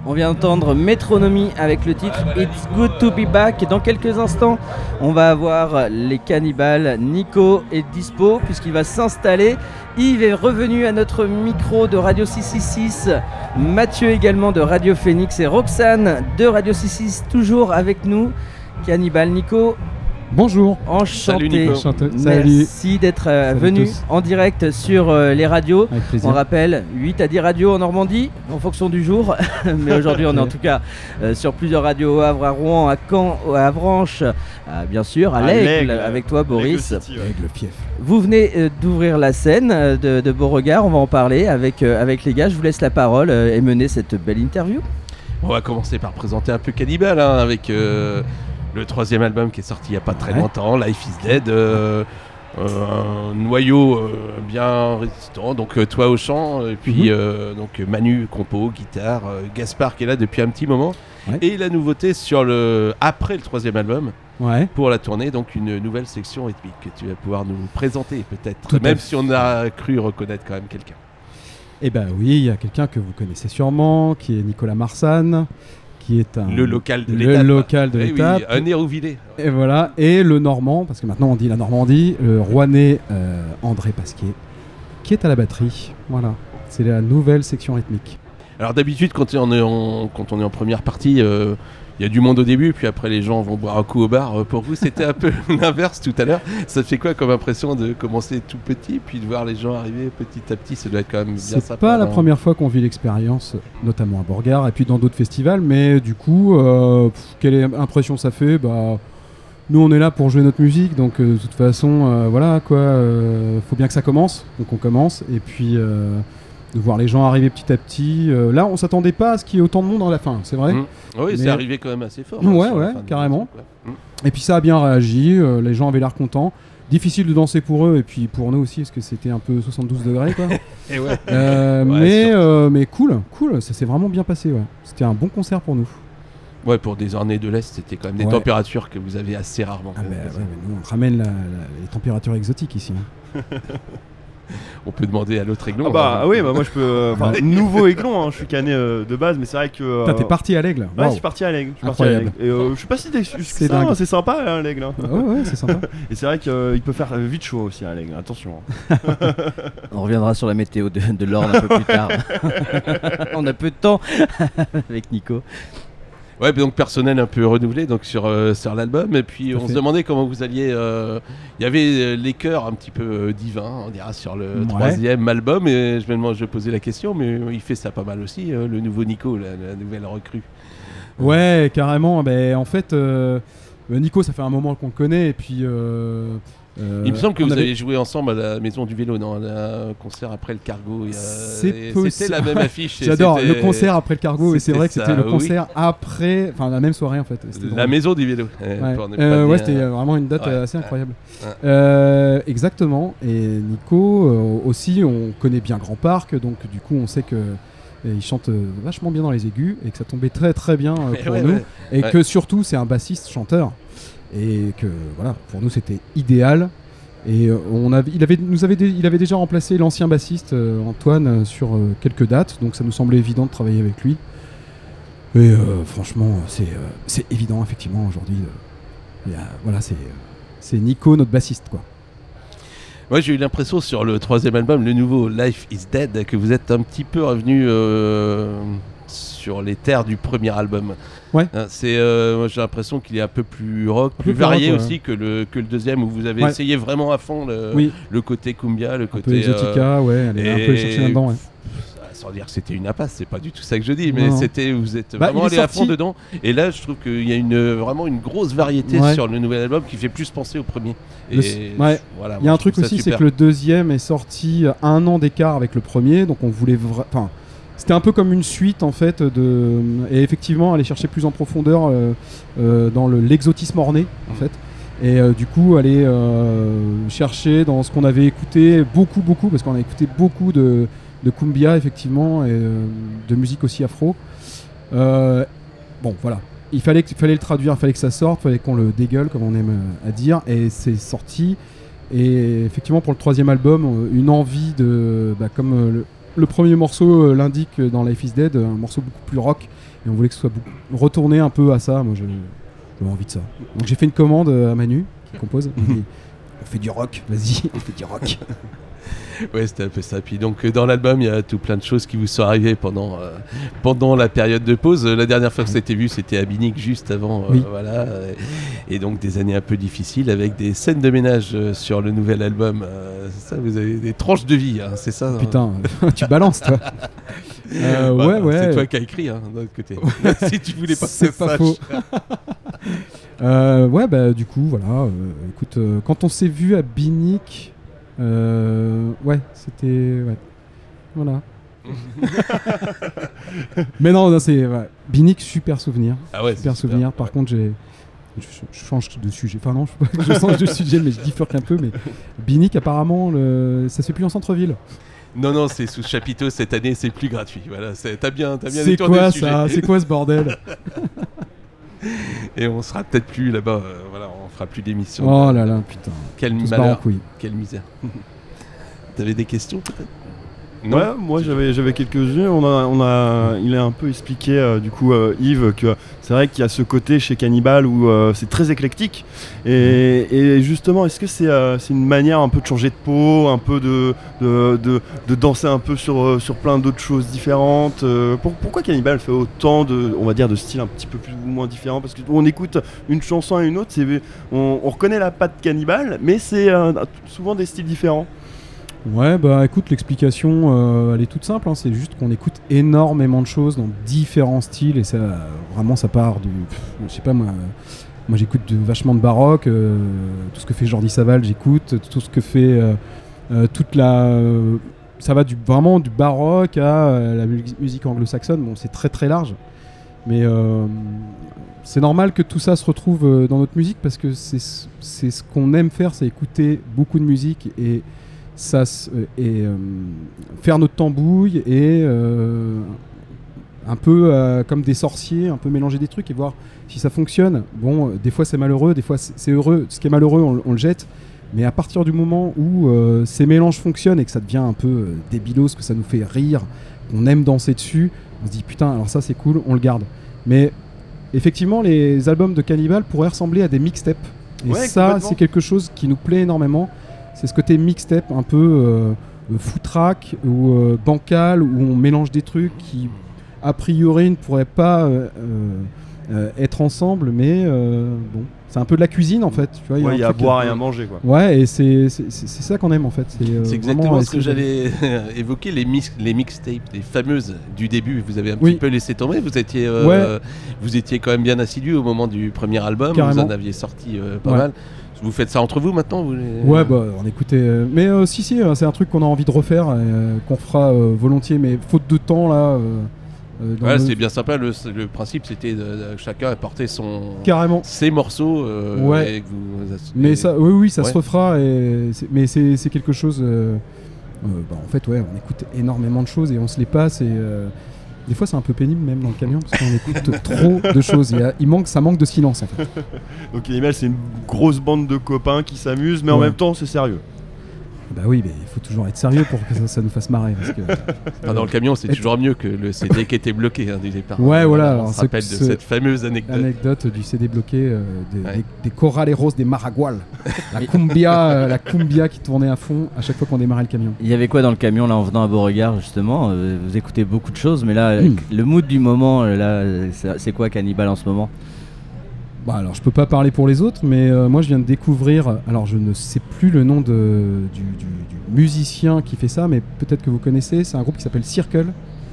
On vient d'entendre Metronomy avec le titre It's Good to Be Back. Et dans quelques instants, on va avoir les Cannibals. Nico est dispo puisqu'il va s'installer. Yves est revenu à notre micro de Radio 666. Mathieu également de Radio Phoenix et Roxane de Radio 66 toujours avec nous. Cannibal, Nico. Bonjour. Enchanté. Salut Nico. Salut. Merci d'être venu tous. en direct sur les radios. Avec plaisir. On rappelle 8 à 10 radios en Normandie en fonction du jour. Mais aujourd'hui on est en tout cas sur plusieurs radios au Havre, à Rouen, à Caen, à Avranches, bien sûr à l'Aigle avec toi Boris. Avec le fief. Vous venez d'ouvrir la scène de Beauregard, on va en parler avec les gars. Je vous laisse la parole et mener cette belle interview. On va commencer par présenter un peu Cannibal avec le troisième album qui est sorti il n'y a pas très longtemps, Life is Dead. Un noyau bien résistant, donc toi au chant, et puis donc Manu, compo, guitare, Gaspard qui est là depuis un petit moment. Ouais. Et la nouveauté après le troisième album, Ouais. pour la tournée, donc une nouvelle section rythmique que tu vas pouvoir nous présenter peut-être, Tout à même fait. si on a cru reconnaître quand même quelqu'un. Eh ben oui, il y a quelqu'un que vous connaissez sûrement, qui est Nicolas Marsanne, qui est Le local de le l'étape. local de Eh l'étape. Oui, un Hérouvillé. Et voilà, et le Normand, parce que maintenant on dit la Normandie, le Rouennais André Pasquier, qui est à la batterie. Voilà, c'est la nouvelle section rythmique. Alors d'habitude quand on est en première partie, il y a du monde au début, puis après les gens vont boire un coup au bar. Pour vous c'était un peu l'inverse tout à l'heure. Ça te fait quoi comme impression de commencer tout petit, puis de voir les gens arriver petit à petit? Ça doit être quand même bien C'est sympa. pas la non première fois qu'on vit l'expérience, notamment à Beauregard et puis dans d'autres festivals, mais du coup, quelle impression ça fait? Bah, nous on est là pour jouer notre musique, donc de toute façon, voilà quoi, faut bien que ça commence, donc on commence, et puis de voir les gens arriver petit à petit. Là, on s'attendait pas à ce qu'il y ait autant de monde à la fin, c'est vrai. Oui, Mais- c'est arrivé quand même assez fort. Ouais, sur la ouais, fin de carrément. la musique, Et puis ça a bien réagi, les gens avaient l'air contents. Difficile de danser pour eux et puis pour nous aussi parce que c'était un peu 72 degrés quoi. Et ouais. Mais cool, ça s'est vraiment bien passé. Ouais. C'était un bon concert pour nous. Ouais, pour des ornées de l'Est, c'était quand même des Ouais. températures que vous avez assez rarement. Ah mais nous on ramène les températures exotiques ici. Hein. On peut demander à l'autre aiglon. Ah bah oui, bah moi je peux. Nouveau aiglon, hein, je suis canet de base, mais c'est vrai que. Putain, t'es parti à l'Aigle. Ouais, Waouh. je suis parti à l'Aigle. Incroyable. Et je suis pas si déçu que C'est ça, dingue. hein, c'est sympa hein, l'Aigle. Hein. Ouais, c'est sympa. Et c'est vrai qu'il peut faire vite chaud aussi à l'Aigle, attention. On reviendra sur la météo de l'Orne un peu plus tard. On a peu de temps avec Nico. Ouais, donc personnel un peu renouvelé donc sur l'album. Et puis Tout à on fait. se demandait comment vous alliez. Il y avait les chœurs un petit peu divins, on dira, sur le Ouais. troisième album. Et je posais la question, mais il fait ça pas mal aussi, le nouveau Nico, la nouvelle recrue. Ouais, carrément. Ben, en fait, Nico, ça fait un moment qu'on le connaît et puis. Il me semble que on vous avait- avez joué ensemble à la Maison du Vélo, non? Un concert après le Cargo. C'est et possible. C'était la même affiche. et J'adore c'était- le concert après le cargo et c'est c'était vrai que ça, c'était le oui. concert après, enfin la même soirée en fait. C'était La drôle. Maison du Vélo. Ouais, pour ne pas ouais, dire- c'était vraiment une date Ouais, assez incroyable. ouais. Exactement. Et Nico aussi, on connaît bien Grand Parc, donc du coup on sait que il chante vachement bien dans les aigus et que ça tombait très très bien pour Ouais, nous ouais. et Ouais. que surtout c'est un bassiste chanteur et que voilà pour nous c'était idéal. Et il avait déjà remplacé l'ancien bassiste Antoine sur quelques dates, donc ça nous semblait évident de travailler avec lui. Et franchement, c'est évident effectivement aujourd'hui. Voilà, c'est Nico notre bassiste quoi. Moi j'ai eu l'impression sur le troisième album, le nouveau Life is Dead, que vous êtes un petit peu revenu sur les terres du premier album. Ouais. Hein, moi j'ai l'impression qu'il est un peu plus rock, Un plus peu plus varié rock, ouais. aussi que le deuxième où vous avez Ouais. essayé vraiment à fond Oui, le côté cumbia, le un côté peu exotica, ouais, elle est un peu allée chercher là-dedans. Ouais. sans dire que c'était une impasse, c'est pas du tout ça que je dis, mais Non. vous êtes Bah, vraiment il est allé à sorti- fond dedans. Et là, je trouve qu'il y a vraiment une grosse variété Ouais. sur le nouvel album qui fait plus penser au premier. Le- ouais. Voilà, Il y a moi, un je truc trouve ça aussi, c'est super. que le deuxième est sorti à un an d'écart avec le premier, donc on voulait enfin, c'était un peu comme une suite en fait et effectivement aller chercher plus en profondeur dans l'exotisme ornais en fait. Et du coup aller chercher dans ce qu'on avait écouté beaucoup parce qu'on a écouté beaucoup de cumbia effectivement et de musique aussi afro. Bon voilà, il fallait le traduire, il fallait que ça sorte, il fallait qu'on le dégueule comme on aime à dire, et c'est sorti. Et effectivement pour le troisième album, une envie de comme le premier morceau l'indique dans Life is Dead, un morceau beaucoup plus rock, et on voulait que ce soit retourné un peu à ça. Moi j'avais envie de ça. Donc j'ai fait une commande à Manu qui compose. Il dit, on fait du rock, vas-y, on fait du rock. Ouais, c'était un peu ça. Puis donc dans l'album, il y a tout plein de choses qui vous sont arrivées pendant la période de pause. La dernière fois que ça a été vu, c'était à Binic juste avant, Oui. voilà. Et donc des années un peu difficiles avec des scènes de ménage sur le nouvel album. Ça, vous avez des tranches de vie, hein, c'est ça. Putain, tu balances toi. Ouais. C'est toi qui as écrit, hein, d'un autre côté. Si tu voulais pas que C'est ça pas sache. faux. Ouais, bah du coup, voilà. Écoute, quand on s'est vu à Binic, ouais, c'était. Ouais. Voilà. Mais non, c'est. Ouais. Binic, super souvenir. Ah ouais, Super c'est souvenir. Par contre, je change de sujet. Enfin, non, je change de sujet, mais je bifurque un peu. Mais Binic, apparemment, ça se fait plus en centre-ville. Non, c'est sous chapiteau cette année, c'est plus gratuit. Voilà, t'as bien C'est détourné quoi le sujet. ça? C'est quoi ce bordel? Et on sera peut-être plus là-bas. Voilà, on fera plus d'émissions. Oh là là, putain. Quel Tout se barre en malheur, couille. quelle misère. T'avais des questions peut-être? Ouais, moi j'avais quelques-unes. Il a un peu expliqué du coup Yves que c'est vrai qu'il y a ce côté chez Cannibal où c'est très éclectique et justement est-ce que c'est une manière un peu de changer de peau, un peu de danser un peu sur plein d'autres choses différentes. Pourquoi Cannibal fait autant on va dire de styles un petit peu plus ou moins différents, parce que on écoute une chanson à une autre, on reconnaît la patte Cannibal, mais c'est souvent des styles différents. Ouais, bah écoute, l'explication elle est toute simple, hein, c'est juste qu'on écoute énormément de choses dans différents styles et ça vraiment ça part du. Je sais pas moi j'écoute vachement de baroque, tout ce que fait Jordi Savall j'écoute, tout ce que fait toute la. Ça va vraiment du baroque à la musique anglo-saxonne, bon c'est très très large, mais c'est normal que tout ça se retrouve dans notre musique parce que c'est ce qu'on aime faire, c'est écouter beaucoup de musique et faire notre tambouille et un peu comme des sorciers, un peu mélanger des trucs et voir si ça fonctionne. Bon, des fois c'est malheureux, des fois c'est heureux. Ce qui est malheureux, on le jette. Mais à partir du moment où ces mélanges fonctionnent et que ça devient un peu débilos, que ça nous fait rire, qu'on aime danser dessus, on se dit putain, alors ça c'est cool, on le garde. Mais effectivement, les albums de Cannibal pourraient ressembler à des mixtapes. Et Ouais, ça, c'est quelque chose qui nous plaît énormément. C'est ce côté mixtape un peu foutraque ou bancal, où on mélange des trucs qui a priori ne pourraient pas être ensemble, mais bon, c'est un peu de la cuisine en fait. Tu vois, Il y a un à truc, boire et à manger quoi. Ouais, et c'est ça qu'on aime en fait. C'est exactement vraiment ce que essayer j'allais évoquer, les mixtapes, les fameuses du début. Vous avez un Oui. petit peu laissé tomber. Vous étiez quand même bien assidu au moment du premier album. Carrément. Vous en aviez sorti pas Ouais. mal. Vous faites ça entre vous maintenant Ouais, bah on écoutait. Mais si, c'est un truc qu'on a envie de refaire, qu'on fera volontiers, mais faute de temps là. Ouais, c'était bien sympa. Le principe, c'était de chacun apporter ses morceaux. Ouais. Et que vous, Mais ça, oui, ça Ouais. se refera. Mais c'est quelque chose. En fait, ouais, on écoute énormément de choses et on se les passe. Et des fois, c'est un peu pénible même dans le camion parce qu'on écoute trop de choses. Ça manque de silence en fait. Donc Cannibal, c'est une grosse bande de copains qui s'amusent, mais en Ouais. même temps c'est sérieux. Bah oui, mais il faut toujours être sérieux pour que ça nous fasse marrer. Parce que, Dans le camion, c'est Et- toujours mieux que le CD qui était bloqué dès le départ. Ouais, voilà, On alors se rappelle de cette fameuse anecdote. Anecdote du CD bloqué, Ouais. des corraleros, des maragual, la cumbia qui tournait à fond à chaque fois qu'on démarrait le camion. Il y avait quoi dans le camion là en venant à Beauregard justement Vous écoutez beaucoup de choses, mais là, le mood du moment, là, c'est quoi Cannibal en ce moment? Bah alors je peux pas parler pour les autres, mais moi je viens de découvrir, alors je ne sais plus le nom du musicien qui fait ça, mais peut-être que vous connaissez, c'est un groupe qui s'appelle Circle,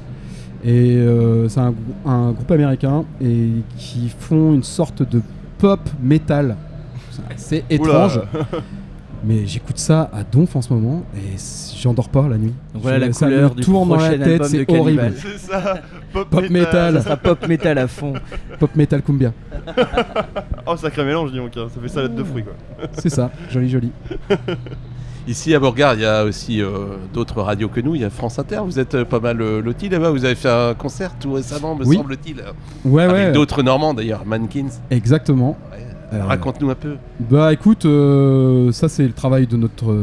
et c'est un groupe américain, et qui font une sorte de pop metal. C'est étrange, mais j'écoute ça à donf en ce moment, et j'en dors pas la nuit. Donc voilà la Ça couleur me du tourne dans la prochain tête, album de c'est Cannibal. horrible. C'est ça, Pop metal. Ça sera pop metal à fond. Pop metal cumbia, Oh, sacré mélange, dis donc, hein. Ça fait salade de fruits quoi. c'est ça, joli. Ici à Beauregard, il y a aussi d'autres radios que nous. Il y a France Inter. Vous êtes pas mal lotis là-bas. Vous avez fait un concert tout récemment, me Oui. semble-t-il. Ouais, Avec ouais, d'autres Normands d'ailleurs, Mankins. exactement. Raconte-nous un peu. Bah écoute, ça c'est le travail de notre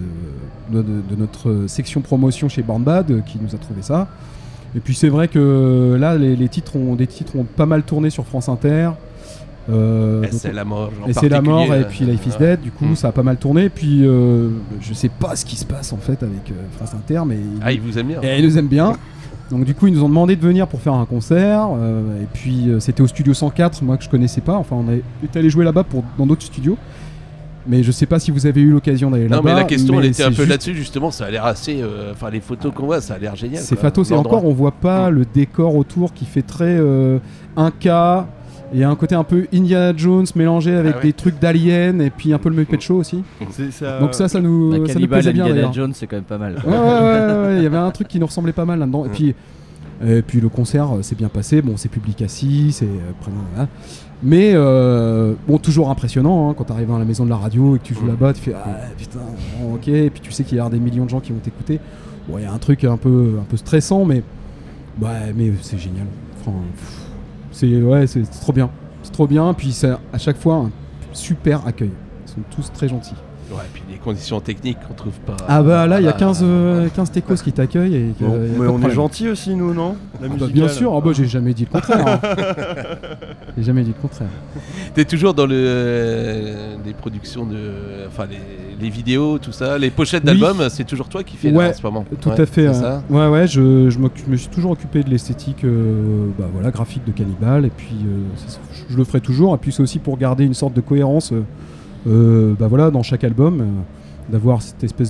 section promotion chez Born Bad qui nous a trouvé ça. Et puis c'est vrai que là les titres ont pas mal tourné sur France Inter. Et c'est la mort. Et c'est la mort et puis Life is Dead. Du coup ça a pas mal tourné. Et puis je sais pas ce qui se passe en fait avec France Inter, mais ils vous aiment bien. Et ils nous aiment bien. Donc du coup ils nous ont demandé de venir pour faire un concert. Et puis c'était au studio 104, moi que je connaissais pas. Enfin on est allé jouer là-bas dans d'autres studios. Mais je sais pas si vous avez eu l'occasion d'aller là-bas. Non, mais la question, elle était un peu juste... là-dessus, justement. Ça a l'air assez. Enfin, les photos qu'on voit, ça a l'air génial. C'est fatos. Et encore, on voit pas le décor autour qui fait très 1K. Il y a un côté un peu Indiana Jones mélangé avec des trucs d'Alien et puis un peu le Muppet Show aussi. Donc ça nous plaisait bien. Indiana Jones, c'est quand même pas mal. Ouais, il y avait un truc qui nous ressemblait pas mal là-dedans. Et puis le concert s'est bien passé. Bon, c'est public assis, c'est voilà. Mais bon, toujours impressionnant quand t'arrives à la maison de la radio et que tu joues là-bas, tu fais putain, ok, et puis tu sais qu'il y a des millions de gens qui vont t'écouter. Bon, il y a un truc un peu stressant, mais c'est génial. Enfin, c'est trop bien, c'est trop bien. Puis c'est à chaque fois un super accueil. Ils sont tous très gentils. Ouais, et puis les conditions techniques qu'on trouve pas. Ah bah là, il y a 15 techos qui t'accueillent. Mais on est gentils aussi, nous, non bien sûr, j'ai jamais dit le contraire. J'ai jamais dit le contraire. T'es toujours dans les productions enfin les vidéos, tout ça, les pochettes d'albums, c'est toujours toi qui fais là, en ce moment. Tout à fait. Ça. Ouais, je me suis toujours occupé de l'esthétique graphique de Cannibal, et puis je le ferai toujours. Et puis c'est aussi pour garder une sorte de cohérence. Dans chaque album, d'avoir cette espèce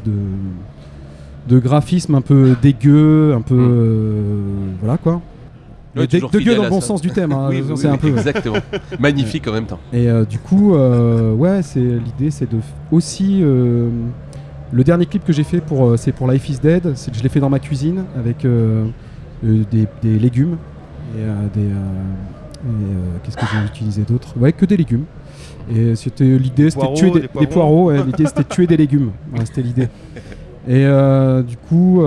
de graphisme un peu dégueu, un peu voilà quoi. Ouais, dégueu dans le bon sens du thème. C'est un peu exactement. Magnifique en même temps. Et du coup, l'idée, c'est de aussi le dernier clip que j'ai fait c'est pour Life is Dead. Je l'ai fait dans ma cuisine avec des légumes et qu'est-ce que j'ai utilisé d'autre ? Ouais, que des légumes. Et l'idée, c'était de tuer des poireaux. L'idée, c'était de tuer des légumes. C'était l'idée. Et du coup,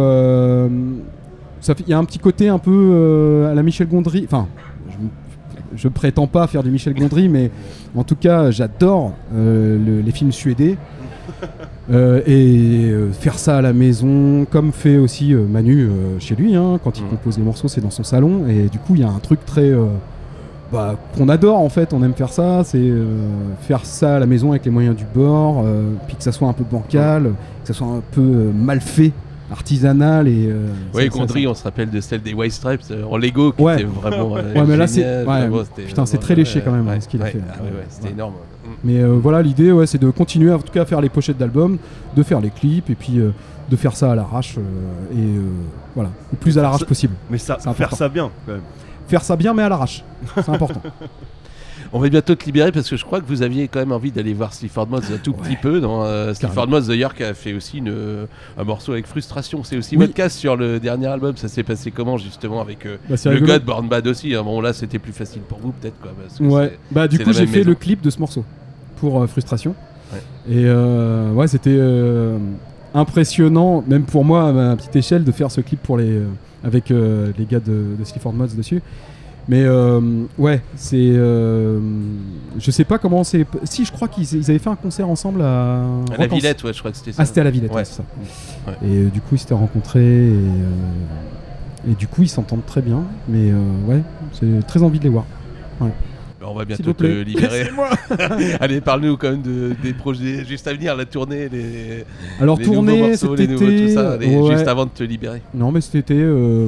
il y a un petit côté un peu à la Michel Gondry. Enfin, je prétends pas faire du Michel Gondry, mais en tout cas, j'adore les films suédés. Et faire ça à la maison, comme fait aussi Manu chez lui, quand il compose les morceaux, c'est dans son salon. Et du coup, il y a un truc très... qu'on adore en fait, on aime faire ça, c'est faire ça à la maison avec les moyens du bord, puis que ça soit un peu bancal, que ça soit un peu mal fait, artisanal et... Gondry, on se rappelle de celle des White Stripes en Lego qui était vraiment mais là c'est... c'est très léché quand même ce qu'il a fait. C'était énorme. Mais voilà, l'idée c'est de continuer en tout cas à faire les pochettes d'albums, de faire les clips et puis de faire ça à l'arrache voilà, le plus à l'arrache possible. Mais faire ça bien quand même. Faire ça bien mais à l'arrache, c'est important. On va bientôt te libérer parce que je crois que vous aviez quand même envie d'aller voir Sleaford Mods un tout petit peu. Sleaford Mods d'ailleurs qui a fait aussi un morceau avec Frustration. C'est aussi votre cas sur le dernier album. Ça s'est passé comment justement avec le gars de Born Bad aussi Bon là c'était plus facile pour vous peut-être quoi. Parce que du coup j'ai fait le clip de ce morceau pour Frustration. Et c'était impressionnant même pour moi à ma petite échelle de faire ce clip avec les gars de Sleaford Mods dessus. Mais c'est... je sais pas comment c'est... Si, je crois qu'ils avaient fait un concert ensemble à la Villette, je crois que c'était ça. Ah, c'était à la Villette, c'est ça. Ouais. Et du coup, ils s'étaient rencontrés et du coup, ils s'entendent très bien. Mais c'est très envie de les voir. Ouais. On va bientôt te libérer. Allez, parle-nous quand même des projets juste à venir, la tournée, les tournée, nouveaux morceaux, les nouveaux tout ça, juste avant de te libérer. Non, mais cet été...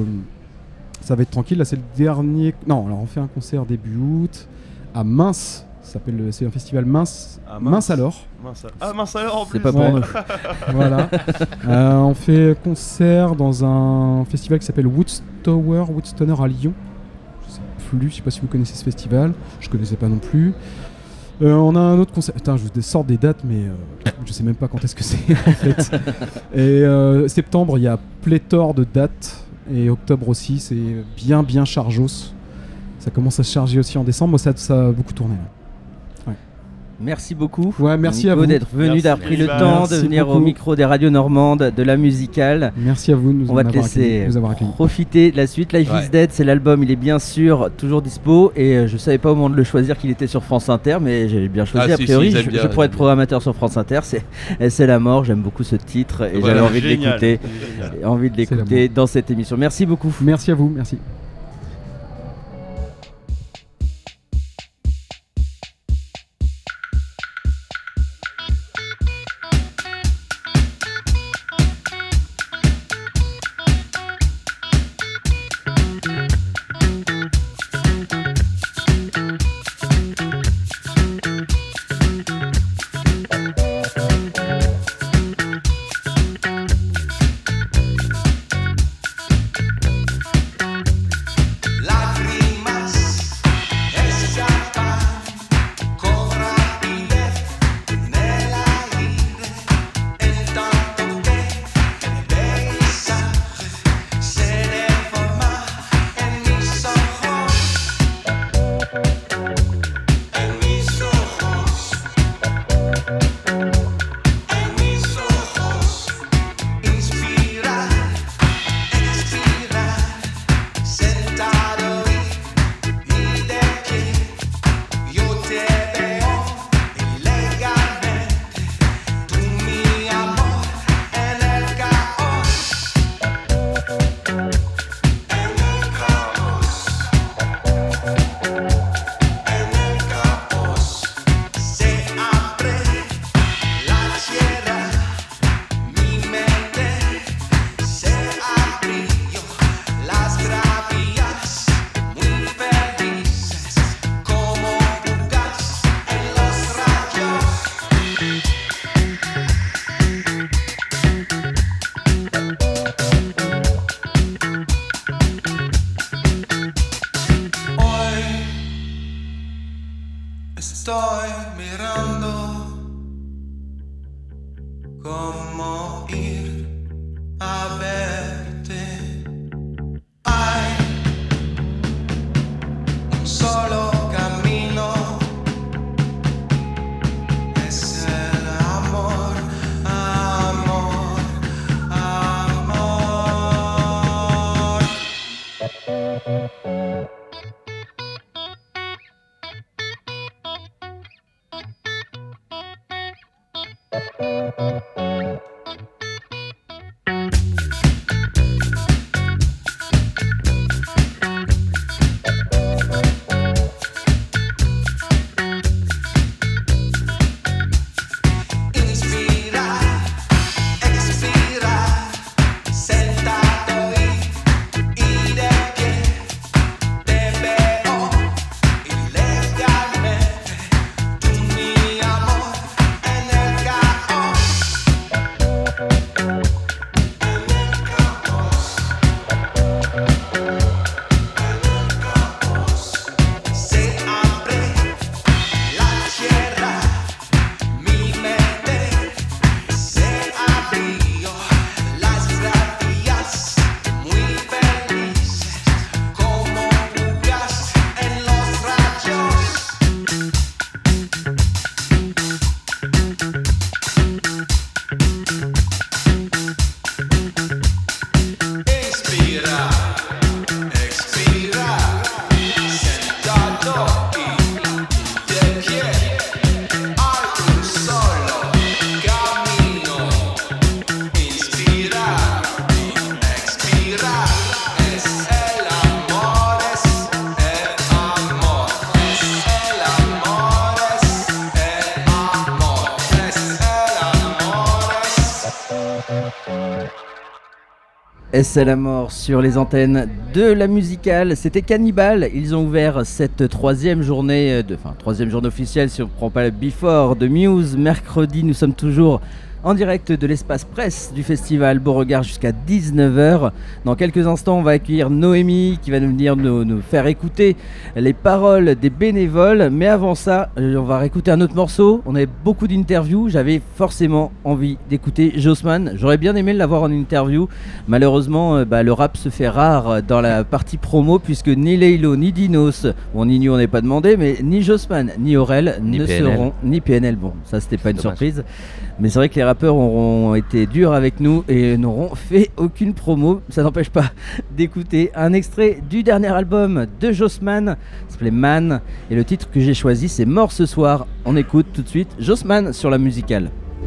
ça va être tranquille, là c'est le dernier... Non, alors on fait un concert début août à Mince, c'est un festival Mince, Mince alors. Mince alors en plus. C'est pas pour nous. Voilà. On fait concert dans un festival qui s'appelle Woodstoner à Lyon. Je sais pas si vous connaissez ce festival, je connaissais pas non plus. On a un autre concert, je vous sors des dates mais je sais même pas quand est-ce que c'est en fait. Et septembre il y a pléthore de dates. Et octobre aussi, c'est bien chargos. Ça commence à se charger aussi en décembre. Moi, ça a beaucoup tourné. Là. Ouais. Merci beaucoup. Ouais, merci Nico, à vous. d'être venu, Merci, d'avoir pris le Cannibal. temps Merci de venir au beaucoup. micro des radios normandes, de la musicale. Merci à vous de nous On va te avoir laisser accueillis, de nous avoir accueillis. profiter de la suite. Life Ouais. is Dead, c'est l'album, il est bien sûr toujours dispo. Et je savais pas au moment de le choisir qu'il était sur France Inter, mais j'ai bien choisi. Ah, A si, priori, si, ils je, aiment bien, je pourrais ils être aiment programmateur sur France Inter. C'est la mort. J'aime beaucoup ce titre et Voilà. j'avais envie de Génial. l'écouter. Génial. Et envie de C'est la l'écouter dans cette émission. Merci beaucoup. Merci à vous, merci. Estoy mirando cómo ir a verte. Hay un solo camino, es el amor, amor, amor. C'est la mort sur les antennes de la musicale. C'était Cannibal. Ils ont ouvert cette troisième journée officielle si on ne prend pas le Before de Muse. Mercredi, nous sommes toujours en direct de l'espace presse du festival Beauregard jusqu'à 19h. Dans quelques instants, on va accueillir Noémie qui va venir nous faire écouter les paroles des bénévoles. Mais avant ça, on va réécouter un autre morceau. On avait beaucoup d'interviews. J'avais forcément envie d'écouter Jossman. J'aurais bien aimé l'avoir en interview. Malheureusement, le rap se fait rare dans la partie promo puisque ni Laylo, ni Dinos, bon, ni Nino on n'est pas demandé, mais ni Jossman, ni Aurel Ni ne PNL. seront, ni PNL. Bon, ça c'était pas une Dommage. surprise. Mais c'est vrai que les rappeurs auront été durs avec nous et n'auront fait aucune promo. Ça n'empêche pas d'écouter un extrait du dernier album de Jossman. Ça s'appelait Man. Et le titre que j'ai choisi, c'est Mort ce soir. On écoute tout de suite Jossman sur la musicale.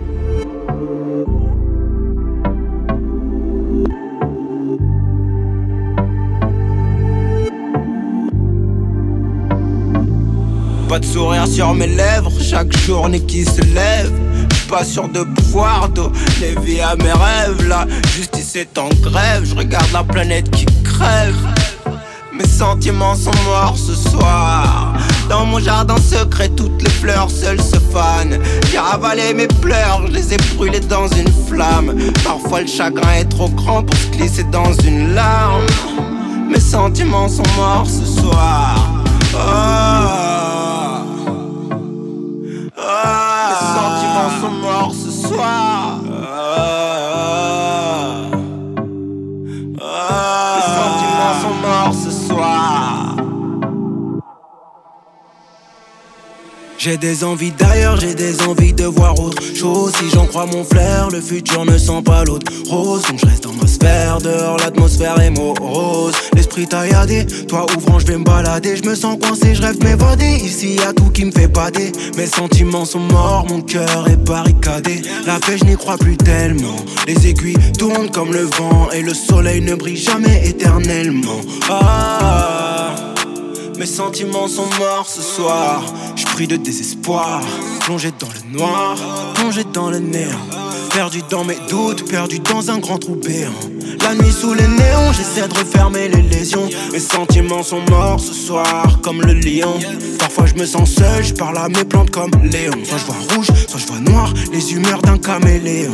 Pas de sourire sur mes lèvres, chaque journée qui se lève. J'suis pas sûr de pouvoir donner vie à mes rêves. La justice est en grève, je regarde la planète qui crève. Mes sentiments sont morts ce soir. Dans mon jardin secret, toutes les fleurs seules se fanent. J'ai ravalé mes pleurs, je les ai brûlées dans une flamme. Parfois le chagrin est trop grand pour se glisser dans une larme. Mes sentiments sont morts ce soir. Mes sentiments sont morts ce soir. Mes sentiments sont morts ce soir. J'ai des envies d'ailleurs, j'ai des envies de voir autre chose. Si j'en crois mon flair, le futur ne sent pas l'autre rose. Donc je reste dans ma sphère, dehors l'atmosphère est morose. L'esprit tailladé, toi ouvrant je vais me balader. Je me sens coincé, je rêve m'évader. Ici y'a tout qui me fait bader. Mes sentiments sont morts, mon cœur est barricadé. La paix je n'y crois plus tellement. Les aiguilles tournent comme le vent et le soleil ne brille jamais éternellement. Mes sentiments sont morts ce soir. Je prie de désespoir, plongé dans le noir, plongé dans le néant. Perdu dans mes doutes, perdu dans un grand trou béant. La nuit sous les néons, j'essaie de refermer les lésions. Mes sentiments sont morts ce soir, comme le lion. Parfois je me sens seul, je parle à mes plantes comme Léon. Soit je vois rouge, soit je vois noir, les humeurs d'un caméléon.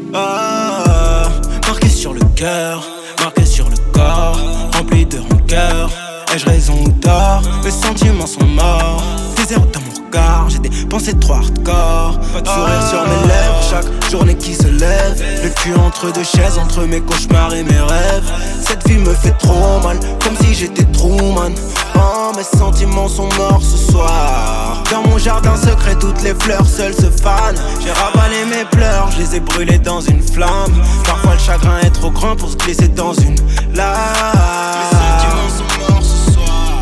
Marqué sur le cœur, marqué sur le corps, rempli de rancœur. Ai-je raison ou tort? Mes sentiments sont morts. Désert dans mon regard, j'ai des pensées trop hardcore. Pas de sourire sur mes lèvres, chaque journée qui se lève. Le cul entre deux chaises, entre mes cauchemars et mes rêves. Cette vie me fait trop mal, comme si j'étais Truman. Mes sentiments sont morts ce soir. Dans mon jardin secret, toutes les fleurs seules se fanent. J'ai ravalé mes pleurs, je les ai brûlées dans une flamme. Parfois le chagrin est trop grand pour se glisser dans une lave. Mes sentiments sont morts ce soir.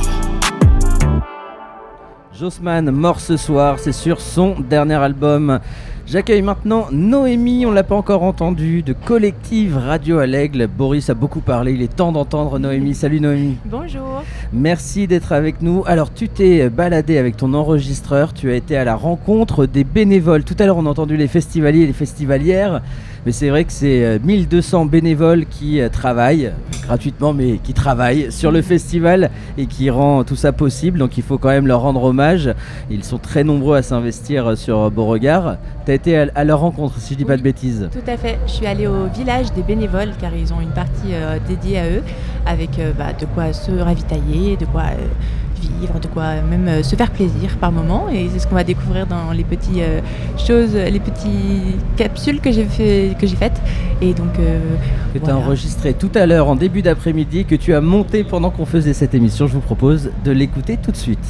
Jossman, Mort ce soir, c'est sur son dernier album. J'accueille maintenant Noémie, on l'a pas encore entendu, de Collective Radio à l'Aigle. Boris a beaucoup parlé, il est temps d'entendre Noémie. Salut Noémie. Bonjour. Merci d'être avec nous. Alors tu t'es baladé avec ton enregistreur, tu as été à la rencontre des bénévoles. Tout à l'heure on a entendu les festivaliers et les festivalières, mais c'est vrai que c'est 1200 bénévoles qui travaillent, gratuitement mais qui travaillent sur le festival et qui rend tout ça possible. Donc il faut quand même leur rendre hommage. Ils sont très nombreux à s'investir sur Beauregard. Tu as été à leur rencontre, si je dis pas de bêtises. Tout à fait. Je suis allée au village des bénévoles car ils ont une partie dédiée à eux avec de quoi se ravitailler, de quoi vivre, de quoi même se faire plaisir par moment. Et c'est ce qu'on va découvrir dans les petites choses, les petites capsules que j'ai faites. Et donc Que tu as enregistré tout à l'heure en début d'après-midi, que tu as monté pendant qu'on faisait cette émission. Je vous propose de l'écouter tout de suite.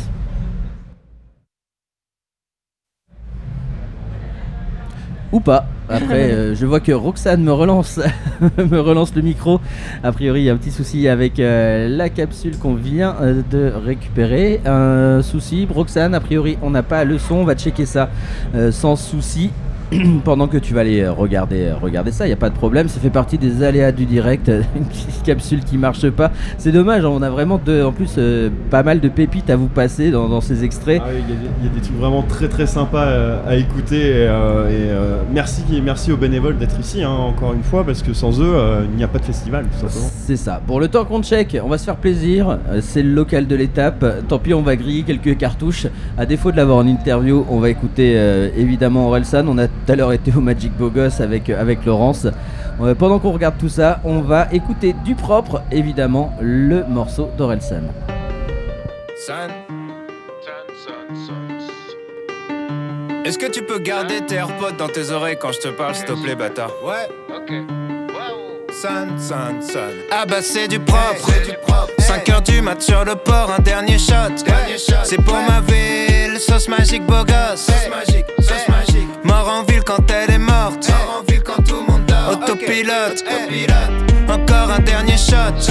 Ou pas. Après, je vois que Roxane me relance le micro. A priori, il y a un petit souci avec la capsule qu'on vient de récupérer. Un souci, Roxane, a priori, on n'a pas le son. On va checker ça sans souci. Pendant que tu vas aller regarder ça, il n'y a pas de problème, ça fait partie des aléas du direct, une petite capsule qui marche pas, c'est dommage, on a vraiment en plus pas mal de pépites à vous passer dans ces extraits. Ah oui, il y a des trucs vraiment très très sympas à écouter merci aux bénévoles d'être ici encore une fois parce que sans eux il n'y a pas de festival tout simplement. C'est ça, pour le temps qu'on check, on va se faire plaisir, c'est le local de l'étape, tant pis on va griller quelques cartouches, à défaut de l'avoir en interview, on va écouter évidemment Orelsan, on a tout à l'heure été au Magic Beau Gosse avec Laurence. Pendant qu'on regarde tout ça, on va écouter du propre, évidemment, le morceau d'Orelsan. Est-ce que tu peux garder tes AirPods dans tes oreilles quand je te parle, s'il te plaît, bâtard? Ouais, ok. Son. Ah bah c'est du propre. 5h du mat sur le port, un dernier shot. C'est pour ma ville, sauce magique, beau gosse. Sauce magique. Mort en ville quand elle est morte. Mort en ville quand tout le monde dort. Autopilote. Encore un dernier shot.